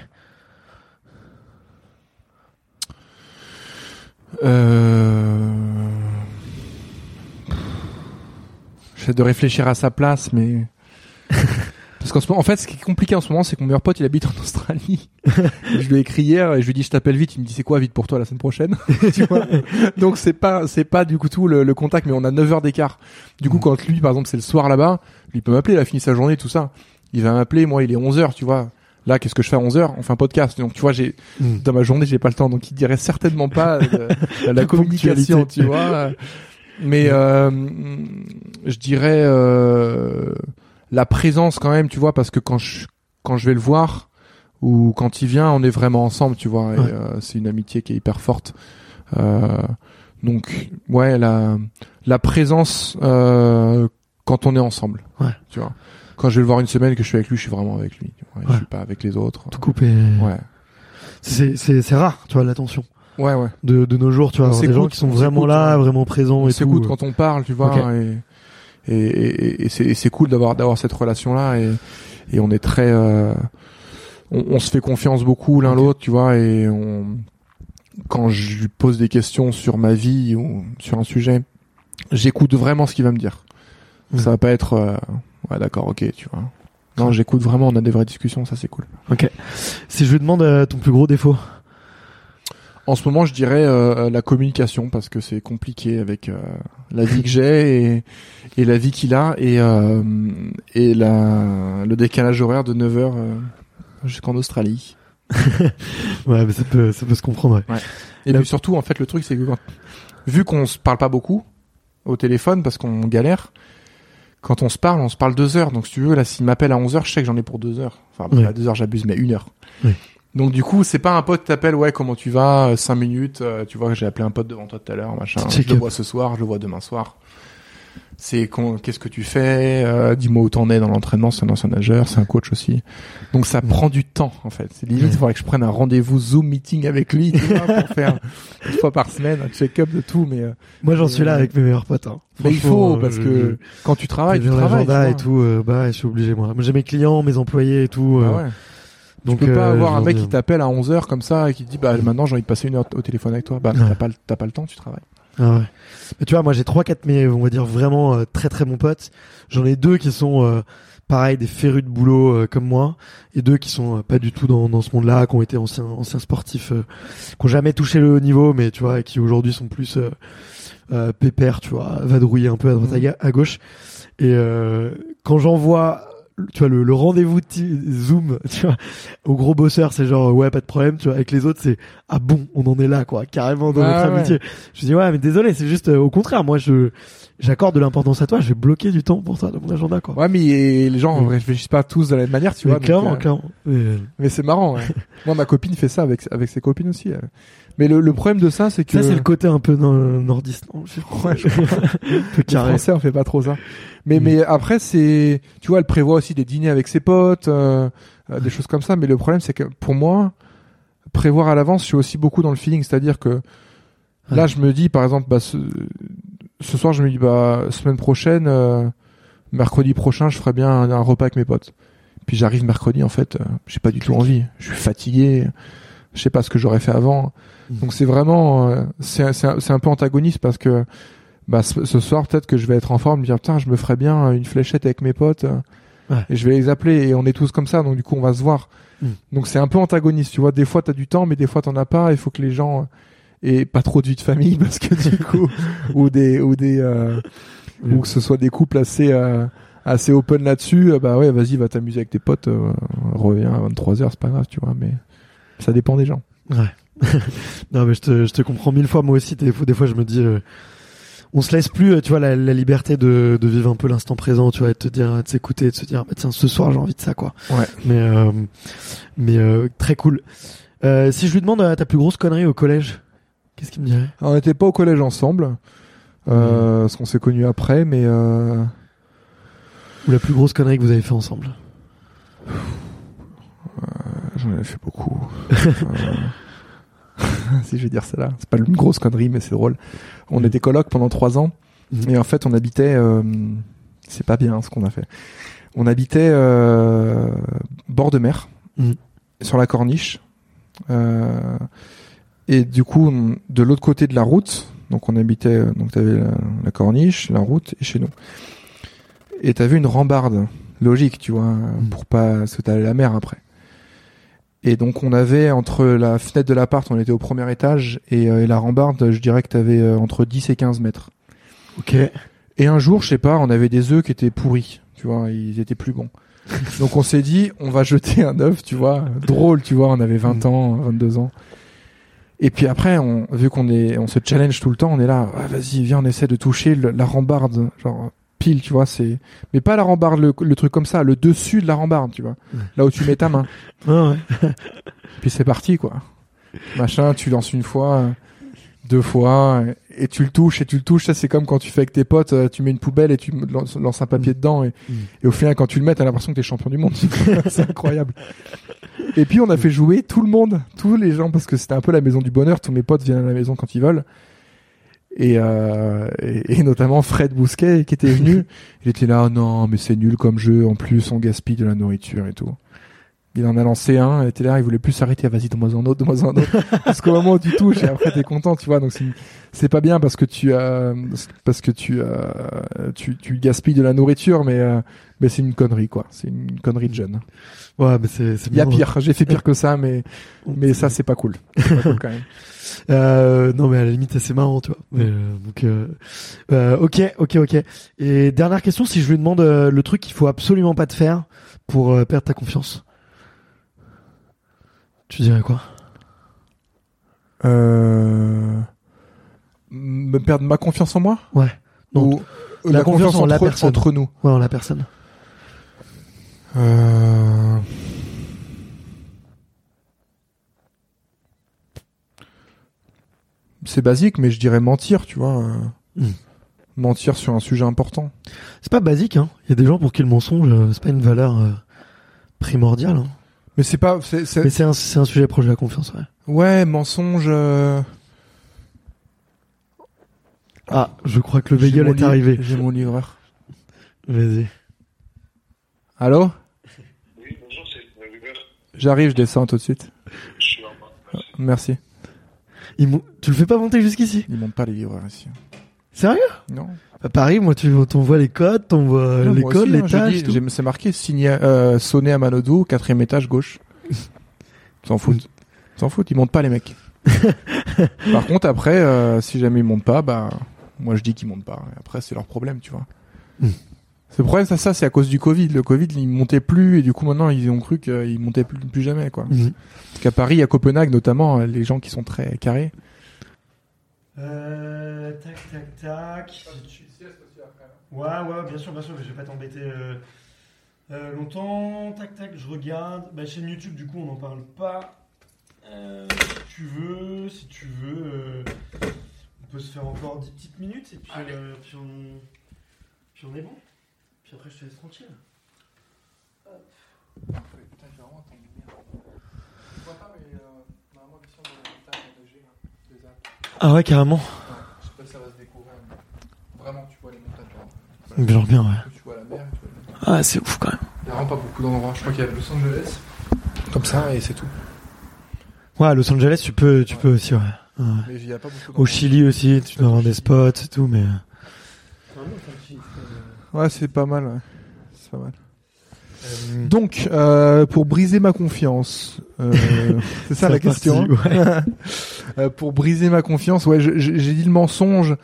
J'essaie de réfléchir à sa place, mais parce qu'en ce moment, en fait, ce qui est compliqué en ce moment, c'est que mon meilleur pote, il habite en Australie. Je lui ai écrit hier et je lui ai dit, je t'appelle vite. Il me dit, c'est quoi vite pour toi la semaine prochaine? Tu vois. Donc c'est pas du coup tout le contact, mais on a 9 heures d'écart. Du coup, quand lui, par exemple, c'est le soir là-bas, lui il peut m'appeler, il a fini sa journée, tout ça. Il va m'appeler, moi, il est 11 heures, tu vois. Là, qu'est-ce que je fais à 11 heures? On fait un podcast. Donc, tu vois, dans ma journée, j'ai pas le temps. Donc, il dirait certainement pas la communication, tu vois. Mais, je dirais, la présence quand même, tu vois, parce que quand je vais le voir ou quand il vient, on est vraiment ensemble, tu vois. Et, c'est une amitié qui est hyper forte. Donc, ouais, la présence, quand on est ensemble. Ouais. Tu vois. Quand je vais le voir une semaine que je suis avec lui, je suis vraiment avec lui. Je suis pas avec les autres. Tout coupé. Ouais. C'est rare, tu vois, l'attention. Ouais. De nos jours, tu vois, des gens qui sont vraiment là, vraiment présents et tout. C'est cool quand on parle, tu vois, et c'est cool d'avoir cette relation-là et on est très, on se fait confiance beaucoup l'un l'autre, tu vois, et quand je lui pose des questions sur ma vie ou sur un sujet, j'écoute vraiment ce qu'il va me dire. Ça va pas être, ouais, d'accord, ok, tu vois. Non, j'écoute vraiment, on a des vraies discussions, ça c'est cool. Ok. Si je lui demande ton plus gros défaut? En ce moment, je dirais la communication, parce que c'est compliqué avec la vie que j'ai et la vie qu'il a et le décalage horaire de 9 heures jusqu'en Australie. Ouais, mais ça peut se comprendre. Ouais. Et puis surtout, en fait, le truc, c'est que vu qu'on se parle pas beaucoup au téléphone parce qu'on galère, quand on se parle 2 heures. Donc, si tu veux, là, s'il m'appelle à 11 heures, je sais que j'en ai pour 2 heures. Enfin, à 2 heures, j'abuse, mais 1 heure. Oui. Donc, du coup, c'est pas un pote qui t'appelle, ouais, comment tu vas, 5 minutes, tu vois, j'ai appelé un pote devant toi tout à l'heure, machin. Je le vois ce soir, je le vois demain soir. C'est qu'est-ce que tu fais, dis-moi où t'en es dans l'entraînement, c'est un ancien nageur, c'est un coach aussi. Donc, ça prend du temps, en fait. C'est limite, il faudrait que je prenne un rendez-vous Zoom meeting avec lui, tu vois, pour faire 1 fois par semaine, un check-up de tout, mais, moi, j'en suis là avec mes meilleurs potes, hein. Mais il faut, parce que quand tu travailles, et tout, je suis obligé, moi. Moi, j'ai mes clients, mes employés et tout, ouais. Donc, tu peux pas avoir un mec qui t'appelle à 11 heures comme ça et qui te dit, bah, maintenant, j'ai envie de passer 1 heure au téléphone avec toi. Bah, t'as pas le temps, tu travailles. Ah ouais. Mais tu vois, moi j'ai 3-4 mais on va dire vraiment très très bons potes. J'en ai 2 qui sont pareil des férus de boulot comme moi, et 2 qui sont pas du tout dans ce monde-là, qui ont été anciens sportifs, qui ont jamais touché le haut niveau, mais tu vois, et qui aujourd'hui sont plus pépères, tu vois, vadrouiller un peu à droite à gauche. Et quand j'en vois, tu vois, le rendez-vous Zoom, tu vois, au gros bosseur, c'est genre ouais, pas de problème, tu vois. Avec les autres, c'est ah bon, on en est là, quoi, carrément dans notre amitié. Je dis ouais, mais désolé, c'est juste au contraire, moi j'accorde de l'importance à toi, je vais bloquer du temps pour toi dans mon agenda, quoi. Ouais, mais les gens réfléchissent pas tous de la même manière, tu vois. Clairement. Mais c'est marrant. Ouais. Moi, ma copine fait ça avec ses copines aussi. Mais le problème de ça, c'est que ça, c'est le côté un peu nordiste, non? Ouais, je crois. Les Français, on fait pas trop ça. Mais après, c'est, tu vois, elle prévoit aussi des dîners avec ses potes, des choses comme ça. Mais le problème, c'est que pour moi, prévoir à l'avance, je suis aussi beaucoup dans le feeling. C'est-à-dire que là, je me dis, par exemple, ce soir, je me dis, semaine prochaine, mercredi prochain, je ferai bien un repas avec mes potes. Puis j'arrive mercredi, en fait, j'ai pas du tout envie. Je suis fatigué. Je sais pas ce que j'aurais fait avant. Donc c'est vraiment, c'est un peu antagoniste parce que, ce soir, peut-être que je vais être en forme, me dire, putain, je me ferais bien une fléchette avec mes potes, et je vais les appeler, et on est tous comme ça, donc du coup, on va se voir. Donc c'est un peu antagoniste, tu vois. Des fois, t'as du temps, mais des fois, t'en as pas. Il faut que les gens aient pas trop de vie de famille parce que du coup, ou que ce soit des couples assez open là-dessus. Ouais, vas-y, va t'amuser avec tes potes, reviens à 23h, c'est pas grave, tu vois, mais ça dépend des gens. Ouais. Non, mais je te comprends 1000 fois. Moi aussi, des fois, je me dis, on se laisse plus, tu vois, la liberté de vivre un peu l'instant présent, tu vois, et de te dire, de s'écouter, de se dire, tiens, ce soir, j'ai envie de ça, quoi. Ouais. Mais très cool. Si je lui demande ta plus grosse connerie au collège, qu'est-ce qu'il me dirait? Alors, on n'était pas au collège ensemble, parce qu'on s'est connus après, mais ou la plus grosse connerie que vous avez fait ensemble? J'en avais fait beaucoup. Si je vais dire ça là, c'est pas une grosse connerie, mais c'est drôle. On était coloc pendant 3 ans, et en fait on habitait, c'est pas bien ce qu'on a fait. On habitait bord de mer, sur la corniche, et du coup de l'autre côté de la route, donc on habitait, donc t'avais la corniche, la route et chez nous, et t'avais une rambarde, logique, tu vois, pour pas se taler la mer après. Et donc on avait entre la fenêtre de l'appart, on était au premier étage, et la rambarde, je dirais que t'avais entre 10 et 15 mètres. Ok. Et un jour, je sais pas, on avait des œufs qui étaient pourris, tu vois, ils étaient plus bons. Donc on s'est dit, on va jeter un œuf, tu vois, drôle, tu vois, on avait 20 ans, 22 ans. Et puis après, vu on se challenge tout le temps, on est là, vas-y, viens, on essaie de toucher la rambarde, genre pile, tu vois, mais pas la rambarde, le truc comme ça, le dessus de la rambarde, tu vois, là où tu mets ta main. Ouais. Puis c'est parti, quoi. Machin, tu lances une fois, 2 fois, et tu le touches, ça c'est comme quand tu fais avec tes potes, tu mets une poubelle et tu lances un papier dedans, et au final, quand tu le mets, t'as l'impression que t'es champion du monde. C'est incroyable. Et puis on a fait jouer tout le monde, tous les gens, parce que c'était un peu la maison du bonheur, tous mes potes viennent à la maison quand ils veulent. Et notamment Fred Bousquet qui était venu, il était là, non mais c'est nul comme jeu, en plus on gaspille de la nourriture et tout. Il en a lancé un, il était là, il voulait plus s'arrêter, vas-y donne-moi un autre. Parce qu'au moment où tu touches, et après t'es content, tu vois, donc c'est pas bien parce que tu gaspilles de la nourriture, mais c'est une connerie, quoi. C'est une connerie de jeune. Ouais, mais c'est il y a pire, j'ai fait pire que ça, mais ça c'est pas cool. C'est pas cool quand même. Non, mais à la limite, c'est marrant, tu vois. Ok. Et dernière question, si je lui demande le truc qu'il faut absolument pas te faire pour perdre ta confiance, tu dirais quoi? Me perdre ma confiance en moi? Ouais. Donc, ou la confiance en la personne. Entre nous. Ouais, en la personne. C'est basique, mais je dirais mentir, tu vois. Mentir sur un sujet important. C'est pas basique, hein. Il y a des gens pour qui le mensonge, c'est pas une valeur primordiale. Hein. Mais c'est pas. Mais c'est un sujet proche de la confiance, ouais. Ouais, mensonge. Ah, je crois que le bagel est arrivé. J'ai mon livreur. Vas-y. Allô? Oui, bonjour, c'est le livreur. J'arrive, je descends tout de suite. Je suis en bas. Merci. Tu le fais pas monter jusqu'ici? Ils montent pas les livreurs ici. Sérieux? Non. À Paris, moi, t'envoies les codes, t'envoies les moi codes, aussi, les hein, tâches. c'est marqué sonner à Manodou, 4e étage gauche. S'en foutent. Ils montent pas les mecs. Par contre, après, si jamais ils montent pas, bah, moi je dis qu'ils montent pas. Après, c'est leur problème, tu vois. C'est le problème, ça, c'est à cause du Covid. Le Covid, ils montaient plus, et du coup, maintenant, ils ont cru qu'ils montaient plus jamais, quoi. Parce qu'à Paris, à Copenhague, notamment, les gens qui sont très carrés. Tac. Ouais, bien sûr, mais je vais pas t'embêter longtemps. Tac, je regarde. Bah, chaîne YouTube, du coup, on n'en parle pas. Si tu veux, on peut se faire encore 10 petites minutes et puis on est bon. Puis après, je te laisse tranquille. Putain, je vais vraiment attendre une merde. Je vois pas, mais normalement, ici, on a la table de G, des apps. Ah ouais, carrément. Je sais pas si ça va se découvrir. Mais vraiment, tu vois les montagnes. Genre bien, ouais. Tu vois la mer. Ah, c'est ouf quand même. Il y a vraiment pas beaucoup d'endroits. Je crois qu'il y a Los Angeles. Comme ça, et c'est tout. Ouais, Los Angeles, tu peux aussi, ouais. Mais il y a pas beaucoup d'endroits. Au Chili aussi, tu dois avoir des spots et tout, mais... Ouais, c'est pas mal, ouais. C'est pas mal. Donc, pour briser ma confiance, c'est ça la question. Ouais. Pour briser ma confiance, ouais, j'ai dit le mensonge,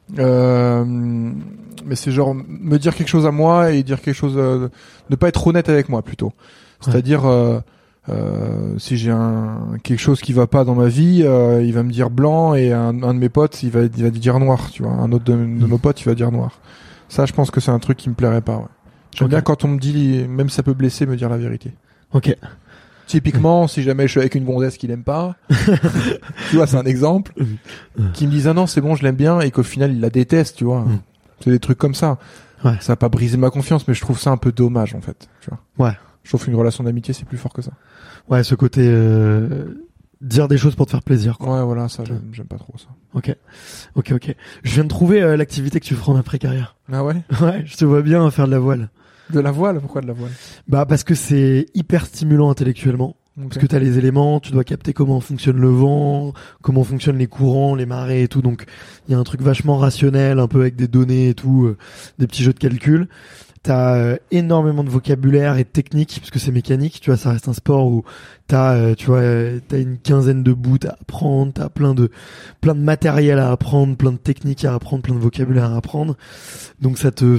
mais c'est genre me dire quelque chose à moi et dire quelque chose, ne pas être honnête avec moi plutôt. C'est-à-dire, si j'ai quelque chose qui va pas dans ma vie, il va me dire blanc et un de mes potes, il va dire noir, tu vois. Un autre de nos potes, il va dire noir. Ça, je pense que c'est un truc qui me plairait pas, ouais. J'aime bien quand on me dit, même si ça peut blesser, me dire la vérité. Ok. Typiquement, si jamais je suis avec une gonzesse qui l'aime pas, tu vois, c'est un exemple, qui me disent ah non, c'est bon, je l'aime bien, et qu'au final, il la déteste, tu vois. C'est des trucs comme ça. Ouais. Ça va pas briser ma confiance, mais je trouve ça un peu dommage, en fait, tu vois. Ouais. Je trouve qu'une relation d'amitié, c'est plus fort que ça. Ouais, ce côté, dire des choses pour te faire plaisir, quoi. Ouais, voilà, ça, j'aime pas trop ça. Ok. Je viens de trouver l'activité que tu feras en après-carrière. Ah ouais? Ouais, je te vois bien faire de la voile. De la voile? Pourquoi de la voile? Bah, parce que c'est hyper stimulant intellectuellement. Okay. Parce que t'as les éléments, tu dois capter comment fonctionne le vent, comment fonctionnent les courants, les marées et tout. Donc, il y a un truc vachement rationnel, un peu avec des données et tout, des petits jeux de calcul. T'as énormément de vocabulaire et de technique, parce que c'est mécanique, tu vois, ça reste un sport où t'as une quinzaine de bouts à apprendre, t'as plein de matériel à apprendre, plein de techniques à apprendre, plein de vocabulaire à apprendre. Donc ça te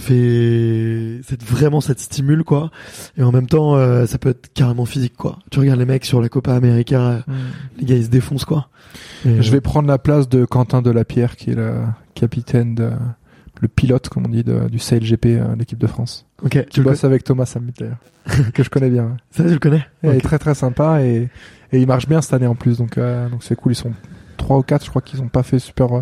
stimule, quoi. Et en même temps, ça peut être carrément physique, quoi. Tu regardes les mecs sur la Copa América, les gars, ils se défoncent, quoi. Et je vais prendre la place de Quentin Delapierre, qui est le capitaine le pilote, comme on dit, du CLGP, l'équipe de France. Ok. Tu bosses avec Thomas Samit, d'ailleurs. Que je connais bien. Ouais. Ça, tu le connais? Il est très très sympa et il marche bien cette année en plus, donc c'est cool. Ils sont 3 ou 4, je crois qu'ils ont pas fait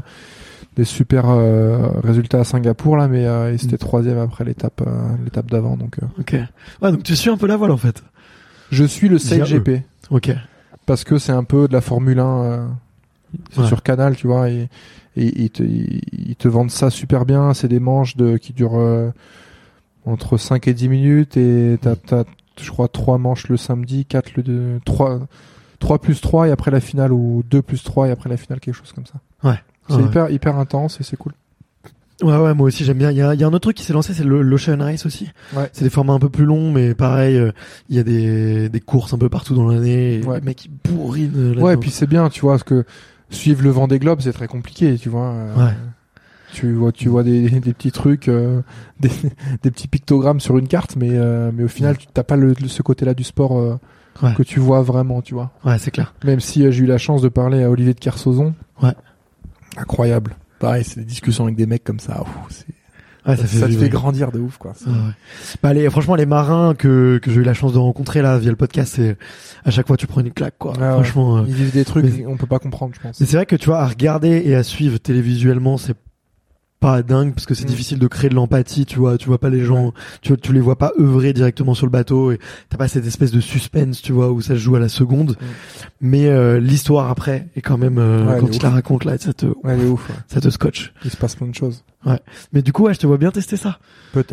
des super résultats à Singapour là, mais ils étaient 3e après l'étape d'avant, donc. Ok. Ouais, donc tu suis un peu la voile en fait. Je suis le CLGP. Ok. Parce que c'est un peu de la Formule 1 sur Canal, tu vois, et ils te vendent ça super bien. C'est des manches qui durent entre 5 et 10 minutes et t'as je crois 3 manches le samedi, 3 plus 3 et après la finale, ou 2 plus 3 et après la finale, quelque chose comme ça. Ouais. C'est hyper intense et c'est cool. Ouais, moi aussi j'aime bien. Il y a un autre truc qui s'est lancé, c'est l'Ocean Race aussi. Ouais. C'est des formats un peu plus longs, mais pareil, il y a des courses un peu partout dans l'année. Et les mecs ils bourrinent là-dedans. Ouais, et puis c'est bien, tu vois, parce que suivre le Vendée Globe, c'est très compliqué, tu vois. Ouais. Tu vois des petits trucs, des petits pictogrammes sur une carte, mais au final, tu t'as pas ce côté-là du sport que tu vois vraiment, tu vois. Ouais, c'est clair. Même si j'ai eu la chance de parler à Olivier de Kersauzon. Ouais. Incroyable. Pareil, c'est des discussions avec des mecs comme ça. Ça te fait grandir de ouf, quoi. Bah franchement, les marins que j'ai eu la chance de rencontrer là via le podcast, c'est à chaque fois tu prends une claque, quoi. Franchement, ils vivent des trucs on peut pas comprendre, je pense. Mais c'est vrai que tu vois, à regarder et à suivre télévisuellement, c'est pas dingue parce que c'est difficile de créer de l'empathie, tu vois pas les gens, tu les vois pas œuvrer directement sur le bateau et t'as pas cette espèce de suspense, tu vois, où ça se joue à la seconde. Mais l'histoire après est quand même quand tu la racontes là, ça te scotche. Il se passe plein de choses. Ouais. Mais du coup, je te vois bien tester ça. Peut-être.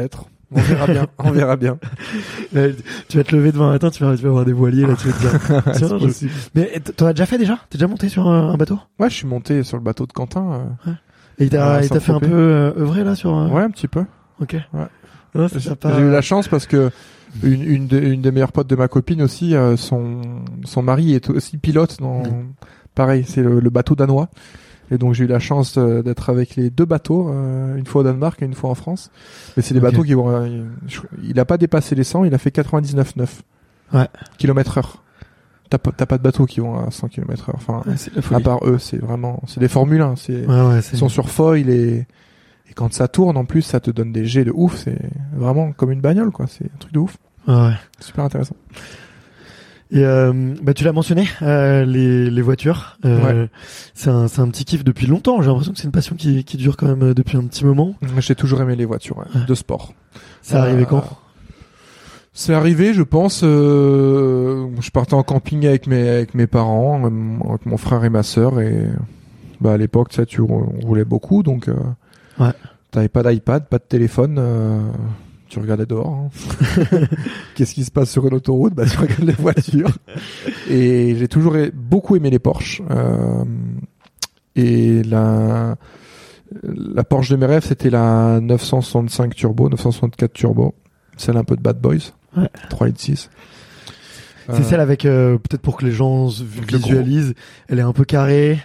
On verra bien. On verra bien. Tu vas te lever demain matin, tu vas avoir des voiliers là, tu vas te dire. Tiens, C'est possible. Mais t'en as déjà fait déjà? T'es déjà monté sur un bateau? Ouais, je suis monté sur le bateau de Quentin. Et il t'a fait un peu œuvrer là sur. Ouais, un petit peu. Ok. Ouais. Ouais, c'est sympa. J'ai eu la chance parce que une des meilleures potes de ma copine aussi, son mari est aussi pilote dans, pareil, c'est le bateau danois. Et donc j'ai eu la chance d'être avec les deux bateaux, une fois au Danemark et une fois en France. Mais c'est des bateaux qui vont, il a pas dépassé les 100, il a fait 99,9 km/h. T'as pas de bateaux qui vont à 100 km/h. Enfin, à part eux, c'est des Formule 1. Ils sont sur foil et quand ça tourne, en plus, ça te donne des jets de ouf. C'est vraiment comme une bagnole, quoi. C'est un truc de ouf. Ouais. Super intéressant. Et tu l'as mentionné, les voitures. C'est un petit kiff depuis longtemps. J'ai l'impression que c'est une passion qui dure quand même depuis un petit moment. J'ai toujours aimé les voitures de sport. Ça arrivé quand? C'est arrivé, je pense. Je partais en camping avec mes parents, avec mon frère et ma sœur, et à l'époque, tu sais, on roulait beaucoup, donc t'avais pas d'iPad, pas de téléphone. Tu regardais dehors. Hein. Qu'est-ce qui se passe sur une autoroute? Tu regardes les voitures. Et j'ai toujours beaucoup aimé les Porsche. Et la Porsche de mes rêves, c'était la 965 Turbo, 964 Turbo. Celle un peu de Bad Boys. 3.6. C'est celle avec, peut-être pour que les gens visualisent, elle est un peu carrée.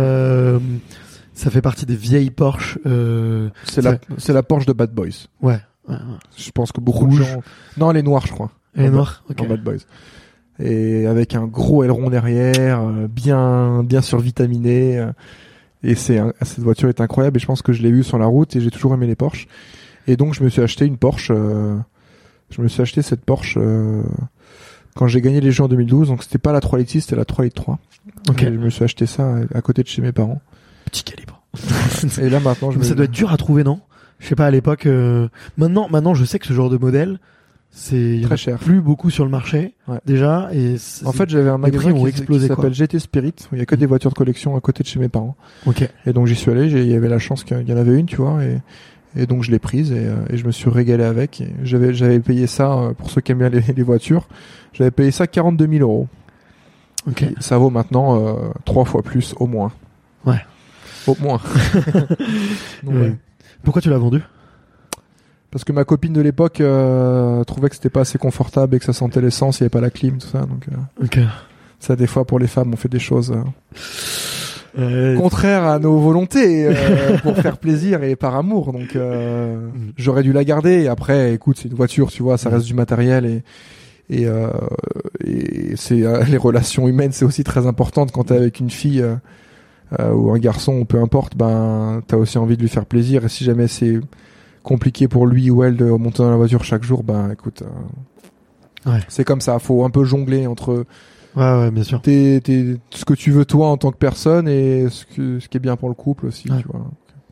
Ça fait partie des vieilles Porsche. C'est la Porsche de Bad Boys. Ouais. Je pense que beaucoup de gens... Non, elle est noire, je crois. Elle est noire, ok. En Bad Boys. Et avec un gros aileron derrière, bien survitaminé. Et cette voiture est incroyable et je pense que je l'ai vue sur la route et j'ai toujours aimé les Porsche. Et donc, je me suis acheté une Porsche. Je me suis acheté cette Porsche quand j'ai gagné les Jeux en 2012. Donc, c'était pas la 3 litres 6, c'était la 3 litres 3. Ok. Et je me suis acheté ça à côté de chez mes parents. Petit calibre. Et là, maintenant, ça doit être dur à trouver, non? Je sais pas, à l'époque, maintenant, je sais que ce genre de modèle, c'est très cher. Plus beaucoup sur le marché, déjà, et en fait, j'avais un magasin qui s'appelle GT Spirit, où il y a que des voitures de collection à côté de chez mes parents. Ok. Et donc, j'y suis allé, il y avait la chance qu'il y en avait une, tu vois, et donc je l'ai prise et je me suis régalé avec. Et j'avais payé ça, pour ceux qui aiment bien les voitures, j'avais payé ça 42 000 euros. Ok. Et ça vaut maintenant 3 fois plus, au moins. Ouais. Au moins. Donc, Pourquoi tu l'as vendu? Parce que ma copine de l'époque trouvait que c'était pas assez confortable et que ça sentait l'essence, il n'y avait pas la clim, tout ça. Donc, ça, des fois, pour les femmes, on fait des choses contraires à nos volontés pour faire plaisir et par amour. Donc, j'aurais dû la garder. Et après, écoute, c'est une voiture, tu vois, ça reste du matériel et c'est les relations humaines, c'est aussi très importante quand t'es avec une fille ou un garçon, ou peu importe. T'as aussi envie de lui faire plaisir. Et si jamais c'est compliqué pour lui ou elle de monter dans la voiture chaque jour, écoute, c'est comme ça. Faut un peu jongler entre bien sûr. ce que tu veux toi en tant que personne et ce qui est bien pour le couple aussi, tu vois.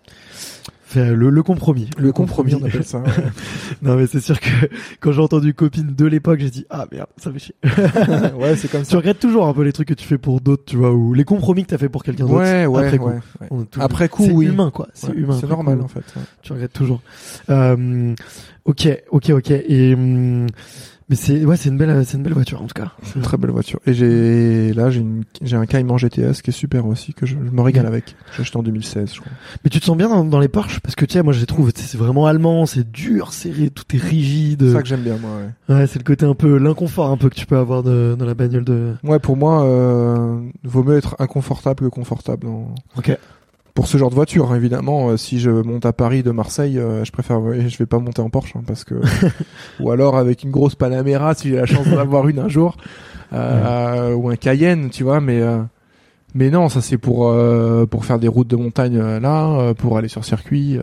Le compromis. Le compromis, on appelle ça. Non, mais c'est sûr que quand j'ai entendu copine de l'époque, j'ai dit, ah merde, ça fait chier. Ouais, c'est comme ça. Tu regrettes toujours un peu les trucs que tu fais pour d'autres, tu vois, ou les compromis que t'as fait pour quelqu'un d'autre. Après coup. Après coup, oui. C'est humain, quoi. C'est humain. C'est normal, en fait. Tu regrettes toujours. Ok. Et, mais c'est une belle voiture, en tout cas. C'est une très belle voiture. Et j'ai un Cayman GTS qui est super aussi, que je me régale avec. J'ai acheté en 2016, je crois. Mais tu te sens bien dans les Porsche? Parce que, tu sais, moi, je les trouve, c'est vraiment allemand, c'est dur, serré, tout est rigide. C'est ça que j'aime bien, moi, ouais. C'est le côté un peu, l'inconfort un peu que tu peux avoir dans la bagnole de... Ouais, pour moi, vaut mieux être inconfortable que confortable. Ok. Pour ce genre de voiture, hein, évidemment, si je monte à Paris de Marseille, je vais pas monter en Porsche, parce que, ou alors avec une grosse Panamera, si j'ai la chance d'en avoir une un jour, ou un Cayenne, tu vois, mais non, ça c'est pour faire des routes de montagne, pour aller sur circuit,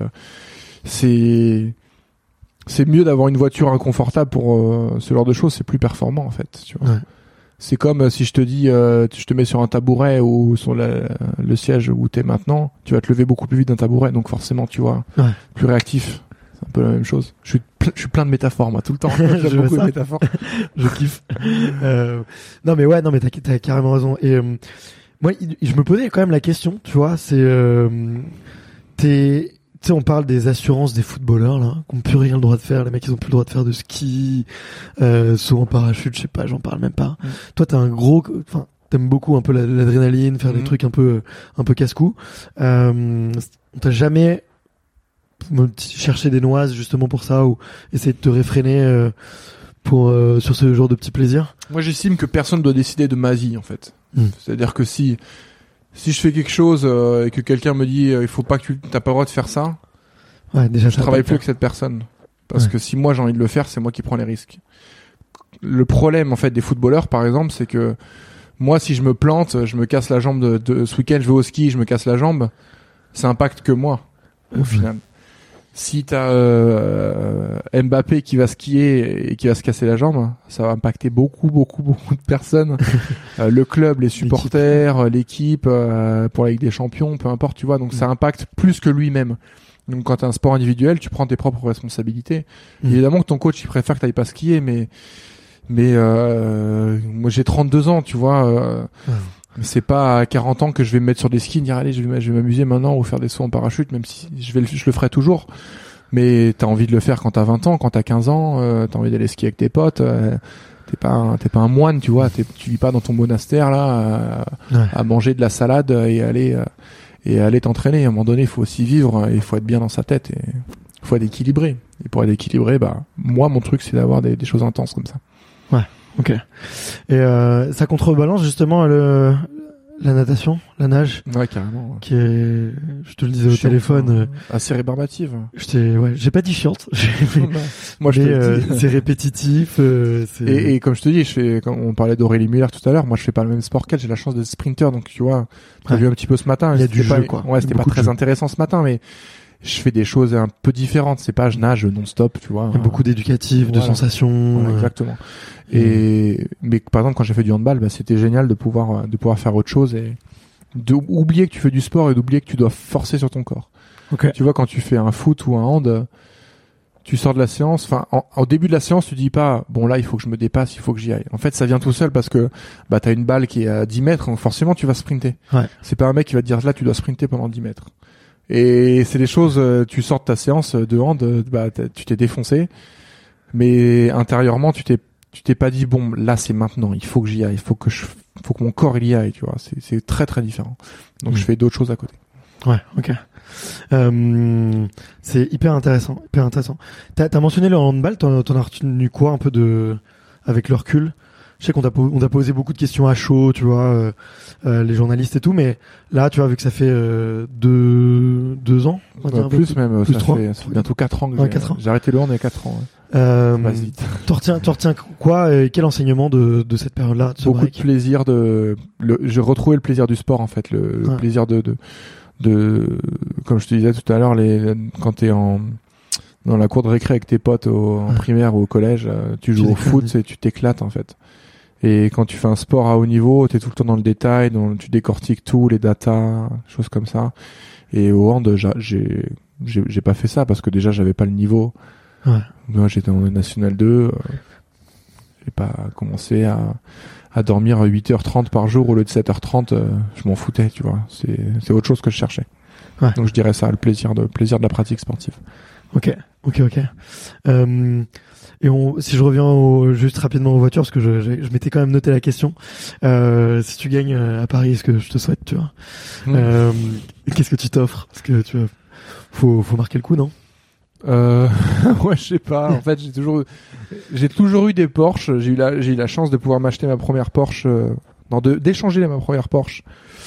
c'est mieux d'avoir une voiture inconfortable pour ce genre de choses, c'est plus performant, en fait, tu vois. Ouais. C'est comme si je te dis, je te mets sur un tabouret ou sur le siège où t'es maintenant, tu vas te lever beaucoup plus vite d'un tabouret, donc forcément, tu vois, plus réactif. C'est un peu la même chose. Je suis plein de métaphores, moi, tout le temps. J'aime beaucoup les métaphores. Je kiffe. Non, mais t'as carrément raison. Et moi, je me posais quand même la question, tu vois, c'est, sais, on parle des assurances des footballeurs là, qui n'ont plus rien le droit de faire. Les mecs, ils ont plus le droit de faire de ski, saut en parachute, je sais pas, j'en parle même pas. Toi, t'aimes beaucoup un peu l'adrénaline, faire des trucs un peu casse-cou. T'as jamais cherché des noises justement pour ça, ou essayer de te réfréner sur ce genre de petits plaisirs? Moi, j'estime que personne doit décider de ma vie, en fait. C'est-à-dire que si je fais quelque chose et que quelqu'un me dit il faut pas que t'as pas le droit de faire ça, déjà je travaille plus avec cette personne. Parce que si moi j'ai envie de le faire, c'est moi qui prends les risques. Le problème en fait des footballeurs par exemple, c'est que moi si je me plante, je me casse la jambe de ce week-end, je vais au ski, je me casse la jambe, ça impacte que moi au final. Si t'as Mbappé qui va skier et qui va se casser la jambe, ça va impacter beaucoup de personnes. Le club, les supporters, l'équipe, pour la Ligue des Champions, peu importe, tu vois. Donc ça impacte plus que lui-même. Donc quand t'as un sport individuel, tu prends tes propres responsabilités. Évidemment que ton coach il préfère que t'ailles pas skier, mais moi j'ai 32 ans, tu vois. C'est pas à 40 ans que je vais me mettre sur des skis et dire allez je vais m'amuser maintenant ou faire des sauts en parachute, même si je le ferai toujours. Mais t'as envie de le faire quand t'as 20 ans, quand t'as 15 ans, t'as envie d'aller skier avec tes potes. T'es pas un moine, tu vois. Tu vis pas dans ton monastère là à manger de la salade et aller t'entraîner. À un moment donné, il faut aussi vivre, il faut être bien dans sa tête et il faut être équilibré. Et pour être équilibré, moi mon truc c'est d'avoir des choses intenses comme ça. Ouais. Ok. Et ça contrebalance justement la natation, la nage. Ouais, carrément. Ouais. Qui est, je te le disais au téléphone. Assez rébarbative. J'ai pas dit chiante. Moi, je te le dis. C'est répétitif. Et comme je te dis, quand on parlait d'Aurélie Muller tout à l'heure, moi je fais pas le même sport qu'elle. J'ai la chance d'être sprinter, donc tu vois, t'as vu un petit peu ce matin. Il y a du jeu, quoi. Ouais, c'était pas très intéressant ce matin, mais je fais des choses un peu différentes. C'est pas je nage non-stop, tu vois. Il y a beaucoup d'éducatifs, de sensations. Ouais, exactement. Mais par exemple, quand j'ai fait du handball, c'était génial de pouvoir faire autre chose et d'oublier que tu fais du sport et d'oublier que tu dois forcer sur ton corps. Okay. Tu vois, quand tu fais un foot ou un hand, tu sors de la séance, au début de la séance, tu dis pas, bon là, il faut que je me dépasse, il faut que j'y aille. En fait, ça vient tout seul parce que, t'as une balle qui est à 10 mètres, donc forcément, tu vas sprinter. Ouais. C'est pas un mec qui va te dire, là, tu dois sprinter pendant 10 mètres. Et c'est des choses, tu sors de ta séance de hand, tu t'es défoncé, mais intérieurement, tu t'es pas dit, bon, là, c'est maintenant, il faut que j'y aille, il faut que mon corps il y aille, tu vois. C'est très, très différent. Donc, je fais d'autres choses à côté. Ouais, ok. C'est hyper intéressant. T'as mentionné le handball, t'en as retenu quoi un peu avec le recul? Je sais qu'on t'a posé beaucoup de questions à chaud, tu vois, les journalistes et tout, mais là, tu vois, vu que ça fait 2 ans, on va dire plus même, plus ça 3. fait bientôt 4 ans que 4 ans. j'ai arrêté le hand il y a 4 ans. Ouais. Passe vite. T'en retiens quoi et quel enseignement de cette période-là, de ce beaucoup break? de plaisir j'ai retrouvé le plaisir du sport en fait, le plaisir de comme je te disais tout à l'heure, quand t'es dans la cour de récré avec tes potes en primaire ou au collège, tu joues au foot et tu t'éclates en fait. Et quand tu fais un sport à haut niveau, t'es tout le temps dans le détail, tu décortiques tout, les datas, choses comme ça. Et au hand, j'ai pas fait ça parce que déjà j'avais pas le niveau. Ouais. Moi j'étais en National 2, j'ai pas commencé à dormir 8h30 par jour au lieu de 7h30, je m'en foutais, tu vois. C'est autre chose que je cherchais. Ouais. Donc je dirais ça, le plaisir de la pratique sportive. Ok. Et si je reviens juste rapidement aux voitures, parce que je m'étais quand même noté la question. Si tu gagnes à Paris, ce que je te souhaite, tu vois. Qu'est-ce que tu t'offres? Parce que tu vois, faut marquer le coup, non? Ouais, je sais pas. En fait, j'ai toujours eu des Porsche. J'ai eu la chance de pouvoir m'acheter ma première Porsche, d'échanger ma première Porsche.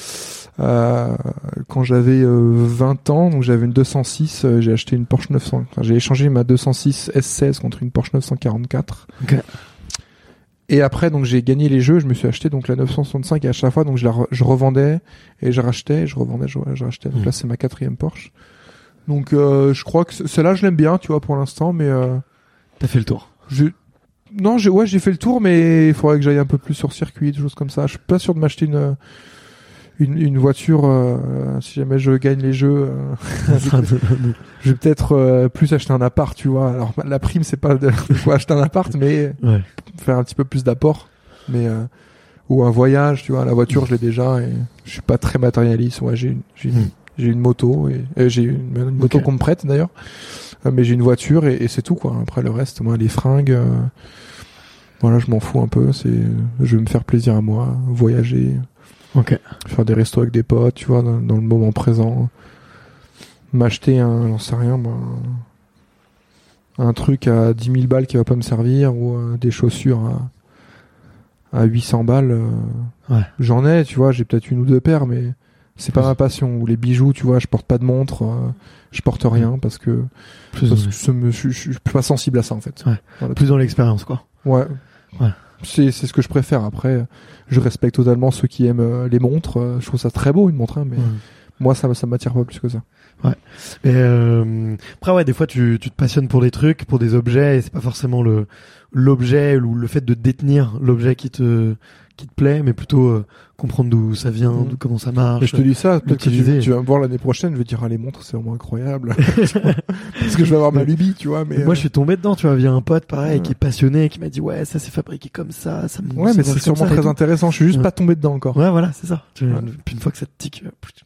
Quand j'avais 20 ans, donc j'avais une 206, j'ai acheté une Porsche 900. Enfin, j'ai échangé ma 206 S16 contre une Porsche 944. Okay. Et après, donc j'ai gagné les jeux, je me suis acheté donc la 965 et à chaque fois, donc je revendais et je rachetais, je revendais, je rachetais. Donc là, c'est ma 4e Porsche. Donc je crois que celle-là, je l'aime bien, tu vois, pour l'instant, mais t'as fait le tour. J'ai fait le tour, mais il faudrait que j'aille un peu plus sur circuit, des choses comme ça. Je suis pas sûr de m'acheter une voiture si jamais je gagne les jeux. Je vais peut-être plus acheter un appart, tu vois. Alors la prime, c'est pas de acheter un appart, mais faire un petit peu plus d'apport. Mais ou un voyage, tu vois. La voiture, je l'ai déjà et je suis pas très matérialiste. Ouais, j'ai J'ai une moto et j'ai une moto qu'on me prête d'ailleurs. Mais j'ai une voiture et c'est tout, quoi. Après le reste, moi, les fringues, voilà, je m'en fous un peu. Je vais me faire plaisir à moi, voyager, faire des restos avec des potes, tu vois, dans le moment présent. M'acheter j'en sais rien, moi, un truc à 10 000 balles qui va pas me servir ou des chaussures à 800 balles. J'en ai, tu vois, j'ai peut-être une ou deux paires, mais c'est pas ma passion. Ou les bijoux, tu vois, je porte pas de montre, je porte rien parce que je suis pas sensible à ça, en fait. Voilà. Plus dans l'expérience, quoi. Ouais. C'est ce que je préfère. Après, je respecte totalement ceux qui aiment les montres. Je trouve ça très beau, une montre, hein, mais moi, ça m'attire pas plus que ça. Et après, des fois, tu te passionnes pour des trucs, pour des objets, et c'est pas forcément l'objet ou le fait de détenir l'objet qui te plaît, mais plutôt comprendre d'où ça vient, d'où comment ça marche. Et je te dis ça, peut-être que tu vas me voir l'année prochaine, je vais te dire, les montres, c'est vraiment incroyable. Parce que je vais avoir ma lubie, tu vois. Mais moi, je suis tombé dedans, tu vois, via un pote, pareil, qui est passionné, qui m'a dit, ouais, ça c'est fabriqué comme ça, mais c'est sûrement très intéressant. Je suis juste pas tombé dedans encore. Ouais, voilà, c'est ça. Puis une fois que ça te tique.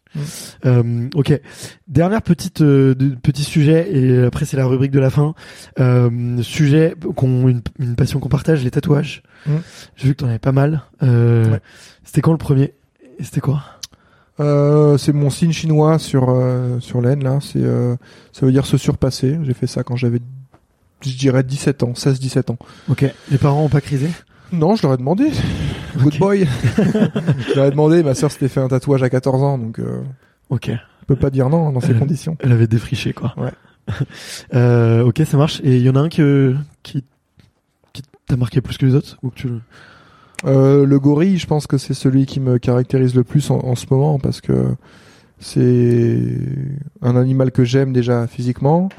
Ok. Dernière petit sujet, et après c'est la rubrique de la fin. Sujet une passion qu'on partage, les tatouages. J'ai vu que t'en avais pas mal. C'était quand le premier? Et c'était quoi? C'est mon signe chinois sur l'aine, là. Ça veut dire se surpasser. J'ai fait ça quand j'avais, je dirais 16-17 ans. Ok. Les parents ont pas crisé? Non, je leur ai demandé. Good boy. Je leur ai demandé. Ma sœur s'était fait un tatouage à 14 ans, donc. Ok. Je peux pas dire non dans ces conditions. Elle avait défriché, quoi. Ouais. Ok, ça marche. Et il y en a un qui t'a marqué plus que les autres, ou que tu... Le gorille, je pense que c'est celui qui me caractérise le plus en ce moment, parce que c'est un animal que j'aime déjà physiquement.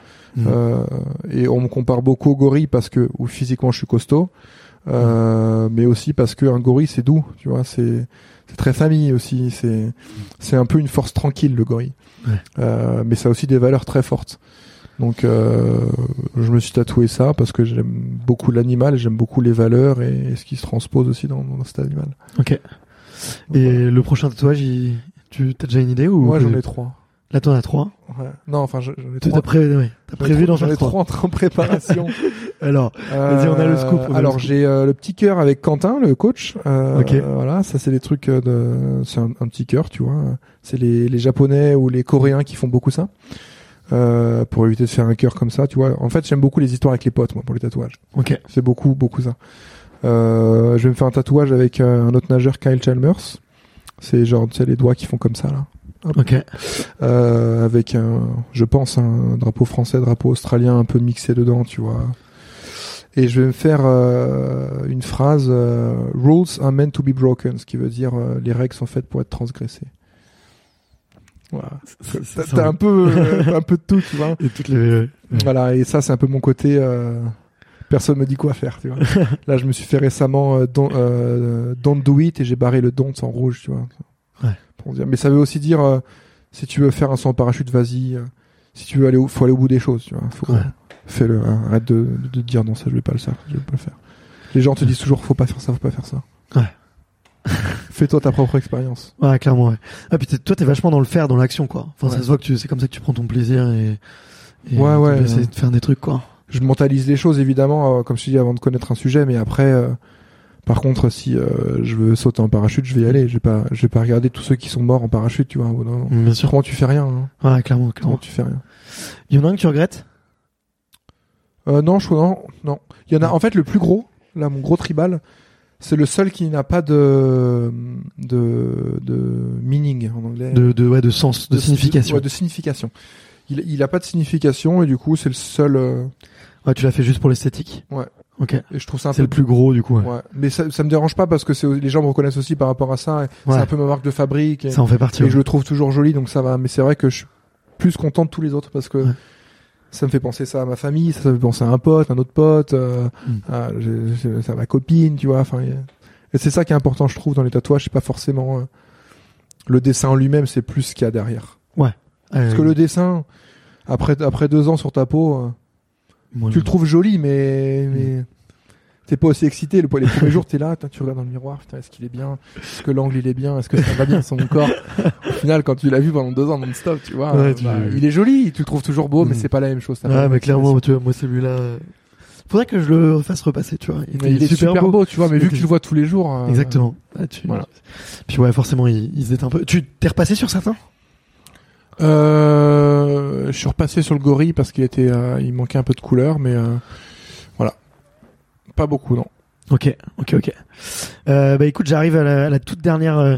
Et on me compare beaucoup au gorille parce que physiquement je suis costaud. Mais aussi parce que un gorille c'est doux, tu vois, c'est très famille aussi, c'est un peu une force tranquille, le gorille. Mais ça a aussi des valeurs très fortes. Donc je me suis tatoué ça parce que j'aime beaucoup l'animal et j'aime beaucoup les valeurs et ce qui se transpose aussi dans cet animal. Ok. Et le prochain tatouage, tu as déjà une idée ou? Moi j'en ai 3. Là t'en as 3. Ouais. Non, enfin j'en ai 3. T'as prévu d'en faire 3. J'en ai 3 en préparation. Alors, vas-y, on a le scoop. J'ai le petit cœur avec Quentin, le coach. Okay. Voilà, ça c'est des trucs c'est un petit cœur, tu vois. C'est les Japonais ou les Coréens qui font beaucoup ça. Pour éviter de faire un cœur comme ça, tu vois. En fait, j'aime beaucoup les histoires avec les potes, moi, pour les tatouages. Ok. C'est beaucoup ça. Je vais me faire un tatouage avec un autre nageur, Kyle Chalmers. C'est genre, tu sais, les doigts qui font comme ça, là. Hop. Ok. Avec je pense, un drapeau français, drapeau australien un peu mixé dedans, tu vois. Et je vais me faire une phrase Rules are meant to be broken, ce qui veut dire les règles sont faites pour être transgressées. Voilà. T'as un peu de tout, tu vois. Et toutes les... Voilà, et ça c'est un peu mon côté personne me dit quoi faire, tu vois. Là je me suis fait récemment don't do it et j'ai barré le don't en rouge, tu vois. Ouais. Pour dire. Mais ça veut aussi dire si tu veux faire un saut en parachute, vas-y. Si tu veux faut aller au bout des choses, tu vois. Fais-le, hein. Arrête de dire non, ça je vais pas le faire, Les gens te disent toujours faut pas faire ça. Ouais. Fais-toi ta propre expérience. Ouais, clairement, ouais. Ah, puis toi, t'es vachement dans le faire, dans l'action, quoi. Enfin, ça se voit que c'est comme ça que tu prends ton plaisir et essayer de faire des trucs, quoi. Je mentalise les choses, évidemment, comme je te dis, avant de connaître un sujet, mais après, par contre, si je veux sauter en parachute, je vais y aller. Je vais pas regarder tous ceux qui sont morts en parachute, tu vois. Non. Bien sûr. Comment tu fais rien, hein. Ouais, clairement. Comment tu fais rien. Il y en a un que tu regrettes? Non. Il y en a, en fait, le plus gros, là, mon gros tribal, c'est le seul qui n'a pas de meaning en anglais. De sens, de signification. De signification. Il a pas de signification et du coup, c'est le seul. Ouais, tu l'as fait juste pour l'esthétique. Ouais. Ok. Et je trouve ça c'est le plus gros du coup. Ouais. Mais ça me dérange pas parce que les gens me reconnaissent aussi par rapport à ça. C'est un peu ma marque de fabrique. Ça en fait partie. Et je le trouve toujours joli, donc ça va. Mais c'est vrai que je suis plus content de tous les autres parce que. Ouais. Ça me fait penser ça à ma famille, ça me fait penser à un pote, un autre pote, à ma copine, tu vois. Enfin, et c'est ça qui est important, je trouve, dans les tatouages. C'est pas forcément le dessin en lui-même, c'est plus ce qu'il y a derrière. Ouais. Parce que le dessin, après 2 ans sur ta peau, tu le trouves joli, mais t'es pas aussi excité. Les premiers jours, t'es là, tu regardes dans le miroir, putain, est-ce qu'il est bien? Est-ce que l'angle il est bien? Est-ce que ça va bien sur mon corps? Au final, quand tu l'as vu pendant 2 ans non-stop, tu vois, il est joli, tu le trouves toujours beau, mais c'est pas la même chose. Ouais, mais clairement, tu vois, moi celui-là, faudrait que je le fasse repasser, tu vois. Il est super beau, tu vois, mais vu que tu le vois tous les jours. Exactement. Voilà. Puis ouais, forcément, il se déteint un peu. Tu t'es repassé sur certains? Je suis repassé sur le gorille parce qu'il était, il manquait un peu de couleur, mais voilà, pas beaucoup, non. Ok. Bah écoute, j'arrive à la toute dernière,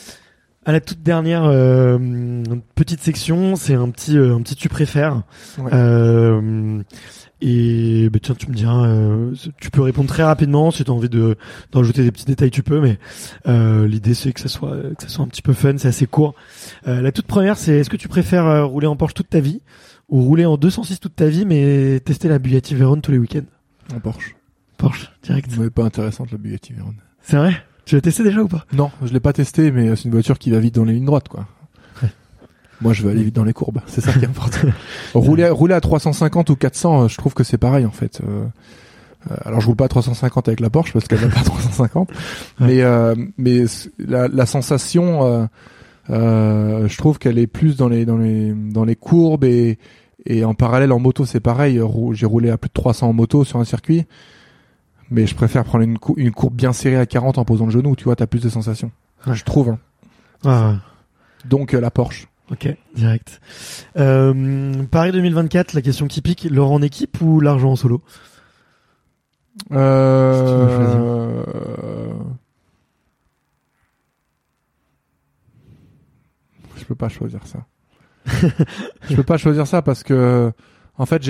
petite section. C'est un petit tu préfères. Ouais. Et bah tiens, tu me diras, tu peux répondre très rapidement si tu as envie d'ajouter des petits détails, tu peux, mais l'idée c'est que ça soit un petit peu fun, c'est assez court. La toute première, c'est est-ce que tu préfères rouler en Porsche toute ta vie ou rouler en 206 toute ta vie mais tester la Bugatti Veyron tous les week-ends? En Porsche, direct. Mais pas intéressante la Bugatti Veyron. C'est vrai? Tu l'as testé déjà ou pas? Non, je l'ai pas testé, mais c'est une voiture qui va vite dans les lignes droites, quoi. Moi, je veux aller vite dans les courbes. C'est ça qui est important. rouler à 350 ou 400, je trouve que c'est pareil, en fait. Alors, je roule pas à 350 avec la Porsche parce qu'elle n'a pas 350. Ouais. Mais la sensation, je trouve qu'elle est plus dans les courbes et en parallèle en moto, c'est pareil. J'ai roulé à plus de 300 en moto sur un circuit. Mais je préfère prendre une courbe bien serrée à 40 en posant le genou. Tu vois, t'as plus de sensations. Ouais. Je trouve. Hein. Ouais. Donc, la Porsche. Ok, direct. Paris 2024, la question qui pique, l'or en équipe ou l'argent en solo? Si tu veux choisir. Je peux pas choisir ça. Je peux pas choisir ça parce que, en fait,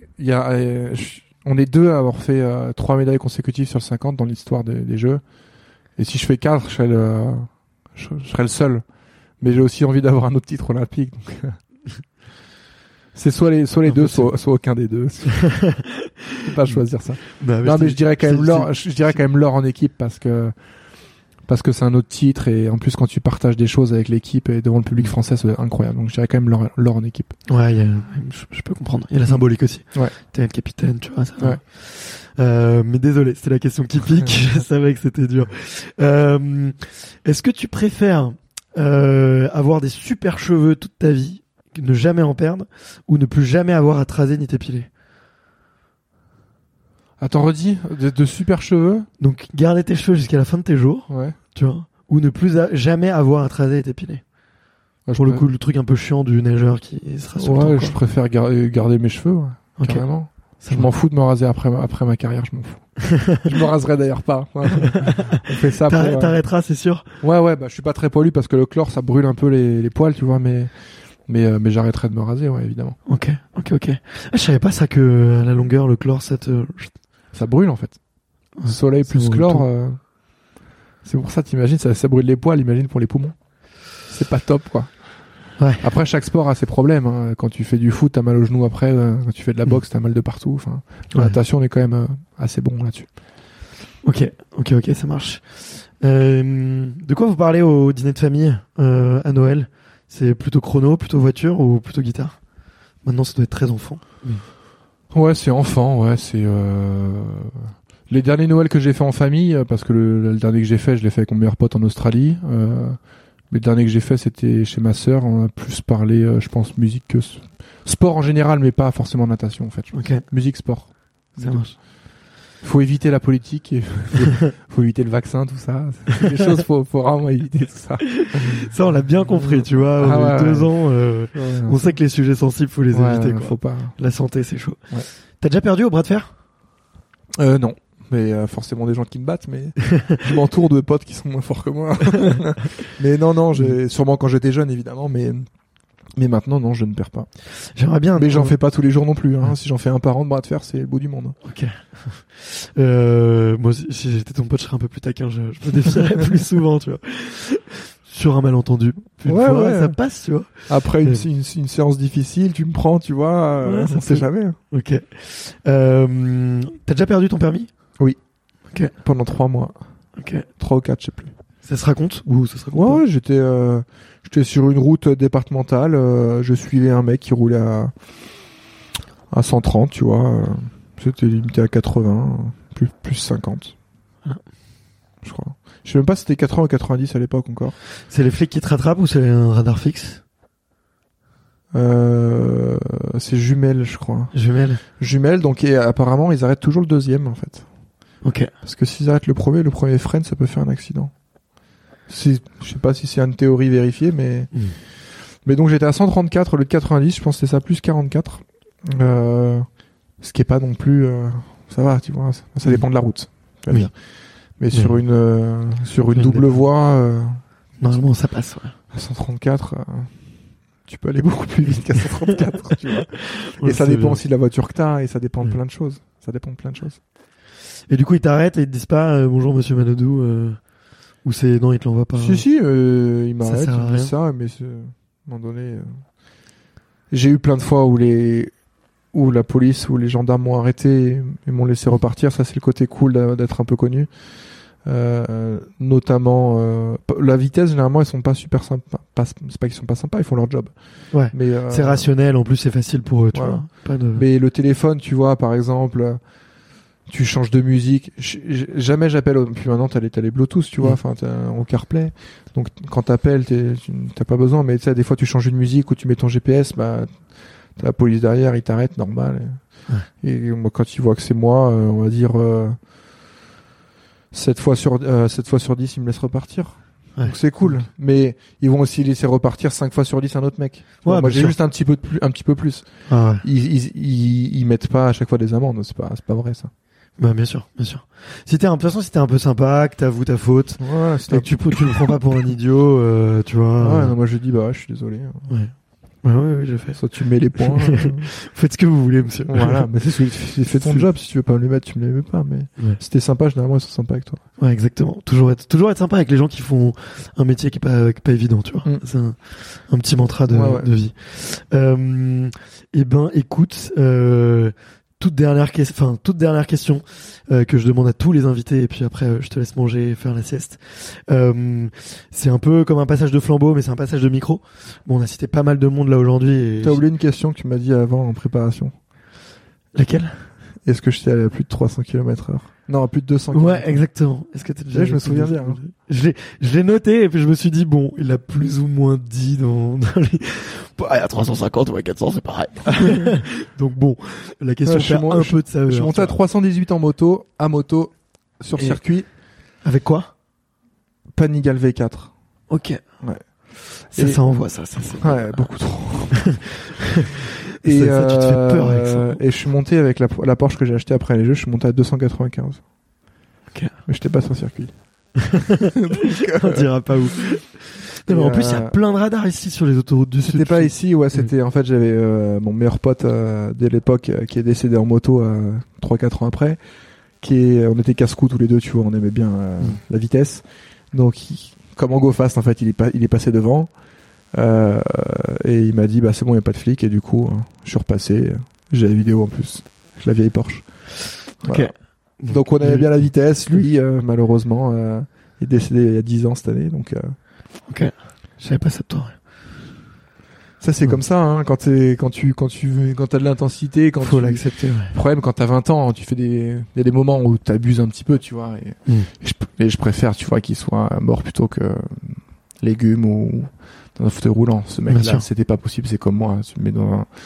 on est 2 à avoir fait 3 médailles consécutives sur 50 dans l'histoire des Jeux. Et si je fais 4, je serais le seul. Mais j'ai aussi envie d'avoir un autre titre olympique. Donc c'est soit les deux, soit aucun des deux. Je peux pas choisir ça. Non, mais je dirais quand même l'or. Je dirais quand même l'or en équipe parce que c'est un autre titre et en plus quand tu partages des choses avec l'équipe et devant le public français, c'est incroyable. Donc je dirais quand même l'or en équipe. Ouais, je peux comprendre. Il y a la symbolique aussi. Ouais. T'es le capitaine, tu vois. Ça. Ouais. Mais désolé, c'était la question qui pique. Je savais que c'était dur. Est-ce que tu préfères avoir des super cheveux toute ta vie, ne jamais en perdre, ou ne plus jamais avoir à te raser ni t'épiler? Attends, redis, de super cheveux. Donc garder tes cheveux jusqu'à la fin de tes jours, ouais. Tu vois, ou ne plus jamais avoir à te raser et t'épiler. Pour le coup, le truc un peu chiant du nageur qui sera sur le temps, je préfère garder mes cheveux, okay. Carrément. Je m'en fous de me raser après ma carrière, je m'en fous. Je me raserai d'ailleurs pas. Ouais. On fait ça après. T'arrêteras, c'est sûr. Ouais, bah je suis pas très poilu parce que le chlore ça brûle un peu les poils, tu vois, mais j'arrêterai de me raser, ouais, évidemment. Ok. Je savais pas ça que à la longueur le chlore ça brûle en fait. Ouais, soleil plus chlore, c'est pour ça t'imagines ça brûle les poils, imagine pour les poumons. C'est pas top quoi. Ouais. Après chaque sport a ses problèmes. Hein. Quand tu fais du foot, t'as mal au genou après. Quand tu fais de la boxe, t'as mal de partout. Enfin, la natation, on est quand même assez bon là-dessus. Ok, ça marche. De quoi vous parlez au dîner de famille à Noël? C'est plutôt chrono, plutôt voiture ou plutôt guitare? Maintenant, ça doit être très enfant. Ouais, c'est enfant. Ouais, c'est les derniers Noëls que j'ai fait en famille, parce que le dernier que j'ai fait, je l'ai fait avec mon meilleur pote en Australie. Le dernier que j'ai fait, c'était chez ma sœur. On a plus parlé, je pense, musique que sport en général, mais pas forcément natation, en fait. Okay. Musique, sport. Ça marche. Faut éviter la politique, et faut éviter le vaccin, tout ça. C'est des choses, faut vraiment éviter tout ça. Ça, on l'a bien compris, tu vois. On a 2 ans, on sait que les sujets sensibles, faut les éviter, quoi. Faut pas. La santé, c'est chaud. Ouais. T'as déjà perdu au bras de fer? Non. Mais forcément des gens qui me battent, mais je m'entoure de potes qui sont moins forts que moi. Mais non, sûrement quand j'étais jeune évidemment, mais maintenant non, je ne perds pas. J'aimerais bien. Mais j'en fais pas tous les jours non plus. Hein. Si j'en fais un par an de bras de fer, c'est le bout du monde. Ok. Moi, si j'étais ton pote, je serais un peu plus taquin. Je me défierais plus souvent, tu vois. Sur un malentendu. Ouais. Ça passe, tu vois. Après une séance difficile, tu me prends, tu vois. On sait jamais. Ok. T'as déjà perdu ton permis? Oui. Ok. Pendant 3 mois. Ok. 3 ou 4, je sais plus. Ça se raconte ou ça se raconte pas? J'étais sur une route départementale. Je suivais un mec qui roulait à 130, tu vois. C'était limité à 80. plus 50. Je crois. Je sais même pas si c'était 80 ou 90 à l'époque encore. C'est les flics qui te rattrapent ou c'est un radar fixe? C'est jumelles, je crois. Jumelles, donc et apparemment ils arrêtent toujours le deuxième en fait. Ok. Parce que s'ils arrêtent le premier freine, ça peut faire un accident. Je sais pas si c'est une théorie vérifiée, mais mais donc j'étais à 134 au lieu de 90, je pense que c'était ça plus 44. Ce qui est pas non plus ça va, tu vois, ça dépend de la route. Oui. Mais sur une double voie normalement ça passe, ouais. À 134 tu peux aller beaucoup plus vite qu'à 134, tu vois. Ouais, et ça dépend bien. aussi de la voiture que t'as, et ça dépend de plein de choses. Et du coup, ils t'arrêtent et ils te disent pas bonjour monsieur Manodou, ou c'est non, ils te l'envoient pas. Si, ils m'arrêtent, sert à ils me rien. disent ça, mais à un moment donné, j'ai eu plein de fois où la police ou les gendarmes m'ont arrêté et m'ont laissé repartir. Ça, c'est le côté cool d'être un peu connu. Notamment la vitesse, généralement ils sont pas super sympas, c'est pas qu'ils sont pas sympas, ils font leur job, Ouais. mais C'est rationnel, en plus c'est facile pour eux, tu voilà. vois. Pas de... Mais le téléphone, tu vois, par exemple, tu changes de musique, jamais j'appelle, puis maintenant t'as les Bluetooth, tu vois, enfin au CarPlay, donc quand t'appelles t'as pas besoin, mais tu sais, des fois tu changes une musique ou tu mets ton GPS, bah t'as la police derrière, ils t'arrêtent, normal. Et moi, quand ils voient que c'est moi, on va dire 7 fois sur 10, ils me laissent repartir. Ouais. Donc c'est cool. Mais ils vont aussi laisser repartir 5 fois sur 10 un autre mec. Ouais, moi, bien j'ai sûr. juste un petit peu plus. Ah ouais. Ils mettent pas à chaque fois des amendes. C'est pas vrai, ça. Bah, bien sûr. Si t'es un peu sympa, que t'avoues ta faute, Ouais, et que tu le prends pas pour un idiot, tu vois. Ouais, non, moi je dis, bah, je suis désolé. Ouais. Ouais, je fais. Soit tu mets les points. Faites ce que vous voulez, monsieur. Voilà. Mais fais ton job. Si tu veux pas me les mettre, tu me les mets pas. Mais si t'es sympa, généralement, ils sont sympas avec toi. Ouais, exactement. Toujours être sympa avec les gens qui font un métier qui est pas évident, tu vois. C'est un petit mantra de vie. Eh ben, écoute, toute dernière question que je demande à tous les invités, et puis après je te laisse manger et faire la sieste. C'est un peu comme un passage de flambeau, mais c'est un passage de micro. Bon, on a cité pas mal de monde là aujourd'hui. Et T'as oublié une question que tu m'as dit avant en préparation. Laquelle? Est-ce que j'étais allé à plus de 300 km/h? Non, à plus de 200 km/h. Ouais, exactement. Est-ce que t'es déjà... Ouais, je me souviens bien. Hein. Je l'ai noté et puis je me suis dit bon, il a plus ou moins dit dans les... Bah, à 350 ou à 400, c'est pareil. Donc bon, la question perd un peu de saveur. Je suis monté à 318 en moto, sur circuit. Avec quoi? Panigale V4. Ok. Ouais. Ça envoie ça. Ouais, beaucoup trop. Et ça, tu te fais peur avec ça. Et je suis monté avec la Porsche que j'ai acheté après les jeux, je suis monté à 295. Ok. Mais j'étais pas sur circuit. On dira pas où. Non, mais en plus, il y a plein de radars ici sur les autoroutes du Sud. C'était pas ici, ouais, c'était, en fait, j'avais, mon meilleur pote, dès l'époque, qui est décédé en moto, 3-4 ans après, on était casse-cou tous les deux, tu vois, on aimait bien, la vitesse. Donc, comme en go fast, en fait, il est passé devant. Et il m'a dit bah c'est bon, il y a pas de flic, et du coup je suis repassé, j'ai la vidéo en plus, la vieille Porsche. Voilà. Ok. Donc on avait bien la vitesse, lui malheureusement il est décédé il y a 10 ans cette année, donc ok. Je savais pas ça de toi. ça c'est comme ça hein, quand t'as de l'intensité, quand faut l'accepter. Ouais. Le problème quand t'as 20 ans, il y a des moments où t'abuses un petit peu, tu vois, et je préfère, tu vois, qu'il soit mort plutôt que légumes ou dans un fauteuil roulant. Ce mec-là, c'était pas possible. C'est comme moi. Tu me mets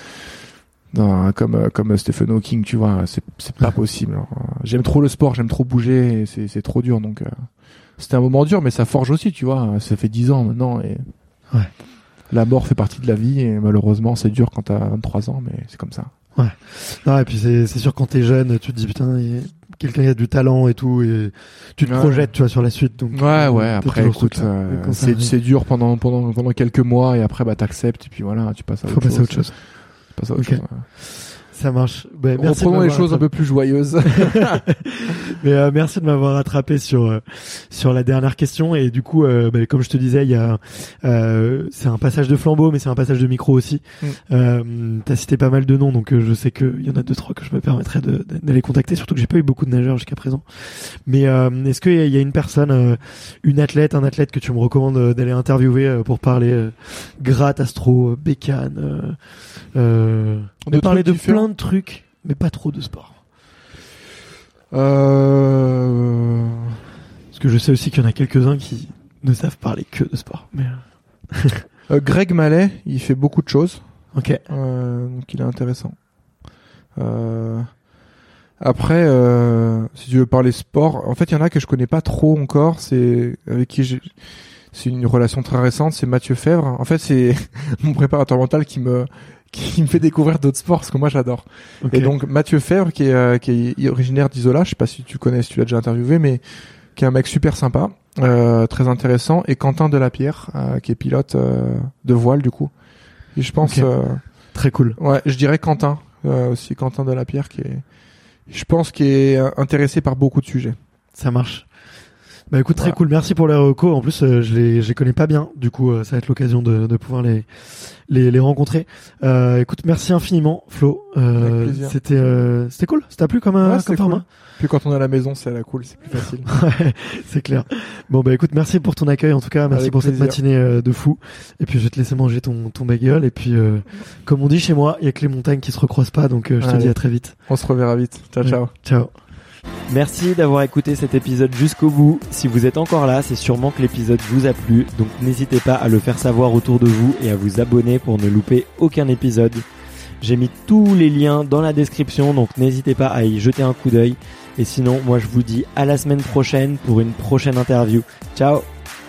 comme Stephen Hawking, tu vois. C'est pas possible. Alors, j'aime trop le sport, j'aime trop bouger. Et c'est trop dur. Donc, c'était un moment dur, mais ça forge aussi, tu vois. Ça fait 10 ans maintenant. Et la mort fait partie de la vie. Et malheureusement, c'est dur quand t'as 23 ans, mais c'est comme ça. Ouais. Non, et puis c'est sûr, quand t'es jeune, tu te dis putain, quelqu'un qui a du talent et tout, et tu te projettes, tu vois, sur la suite. Donc, après, écoute, c'est dur pendant quelques mois, et après, bah, t'acceptes, et puis voilà, tu passes à autre chose. Passer à autre chose. Chose. Ça marche. Ben, merci. Reprenons les choses un peu plus joyeuses. Mais merci de m'avoir rattrapé sur la dernière question, et du coup comme je te disais, il y a c'est un passage de flambeau, mais c'est un passage de micro aussi. T'as cité pas mal de noms, donc je sais qu'il y en a 2-3 que je me permettrais d'aller contacter, surtout que j'ai pas eu beaucoup de nageurs jusqu'à présent. Mais est-ce qu'il y a une personne, un athlète que tu me recommandes d'aller interviewer pour parler gratte, astro, bécane, on peut parler de plein de trucs, mais pas trop de sport. Parce que je sais aussi qu'il y en a quelques-uns qui ne savent parler que de sport. Mais... Greg Mallet, il fait beaucoup de choses. Ok. Donc il est intéressant. Après, si tu veux parler sport, en fait, il y en a que je connais pas trop encore. C'est avec qui c'est une relation très récente. C'est Mathieu Fèvre. En fait, c'est mon préparateur mental qui me fait découvrir d'autres sports parce que moi j'adore. Okay. Et donc Mathieu Fèvre qui est originaire d'Isola. Je sais pas si tu connais, si tu l'as déjà interviewé, mais qui est un mec super sympa, très intéressant. Et Quentin Delapierre, qui est pilote de voile du coup. Et je pense très cool. Ouais, je dirais Quentin aussi, Quentin Delapierre qui est intéressé par beaucoup de sujets. Ça marche. Bah écoute, très cool. Merci pour les recos. En plus, je les connais pas bien. Du coup, ça va être l'occasion de pouvoir les rencontrer. Écoute, merci infiniment, Flo. C'était cool. Ça t'a plu comme format? Cool. Puis quand on est à la maison, c'est cool, c'est plus facile. Ouais, c'est clair. Bon bah écoute, merci pour ton accueil en tout cas, merci avec pour plaisir. cette matinée de fou. Et puis je vais te laisser manger ton bagel. Et puis comme on dit chez moi, il y a que les montagnes qui se recroisent pas, donc je te dis à très vite. On se reverra vite. Ciao, ciao. Ciao. Merci d'avoir écouté cet épisode jusqu'au bout. Si vous êtes encore là, c'est sûrement que l'épisode vous a plu, donc n'hésitez pas à le faire savoir autour de vous et à vous abonner pour ne louper aucun épisode. J'ai mis tous les liens dans la description, donc n'hésitez pas à y jeter un coup d'œil. Et sinon, moi je vous dis à la semaine prochaine pour une prochaine interview. Ciao!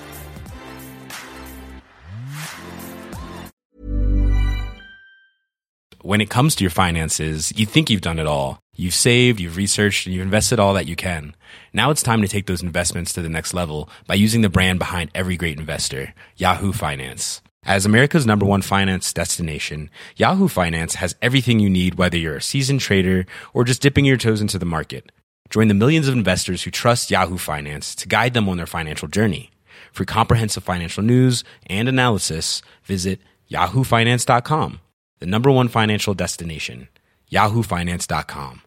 When it comes to your finances, you think you've done it all. You've saved, you've researched, and you've invested all that you can. Now it's time to take those investments to the next level by using the brand behind every great investor, Yahoo Finance. As America's #1 finance destination, Yahoo Finance has everything you need, whether you're a seasoned trader or just dipping your toes into the market. Join the millions of investors who trust Yahoo Finance to guide them on their financial journey. For comprehensive financial news and analysis, visit yahoofinance.com. The #1 financial destination, yahoofinance.com.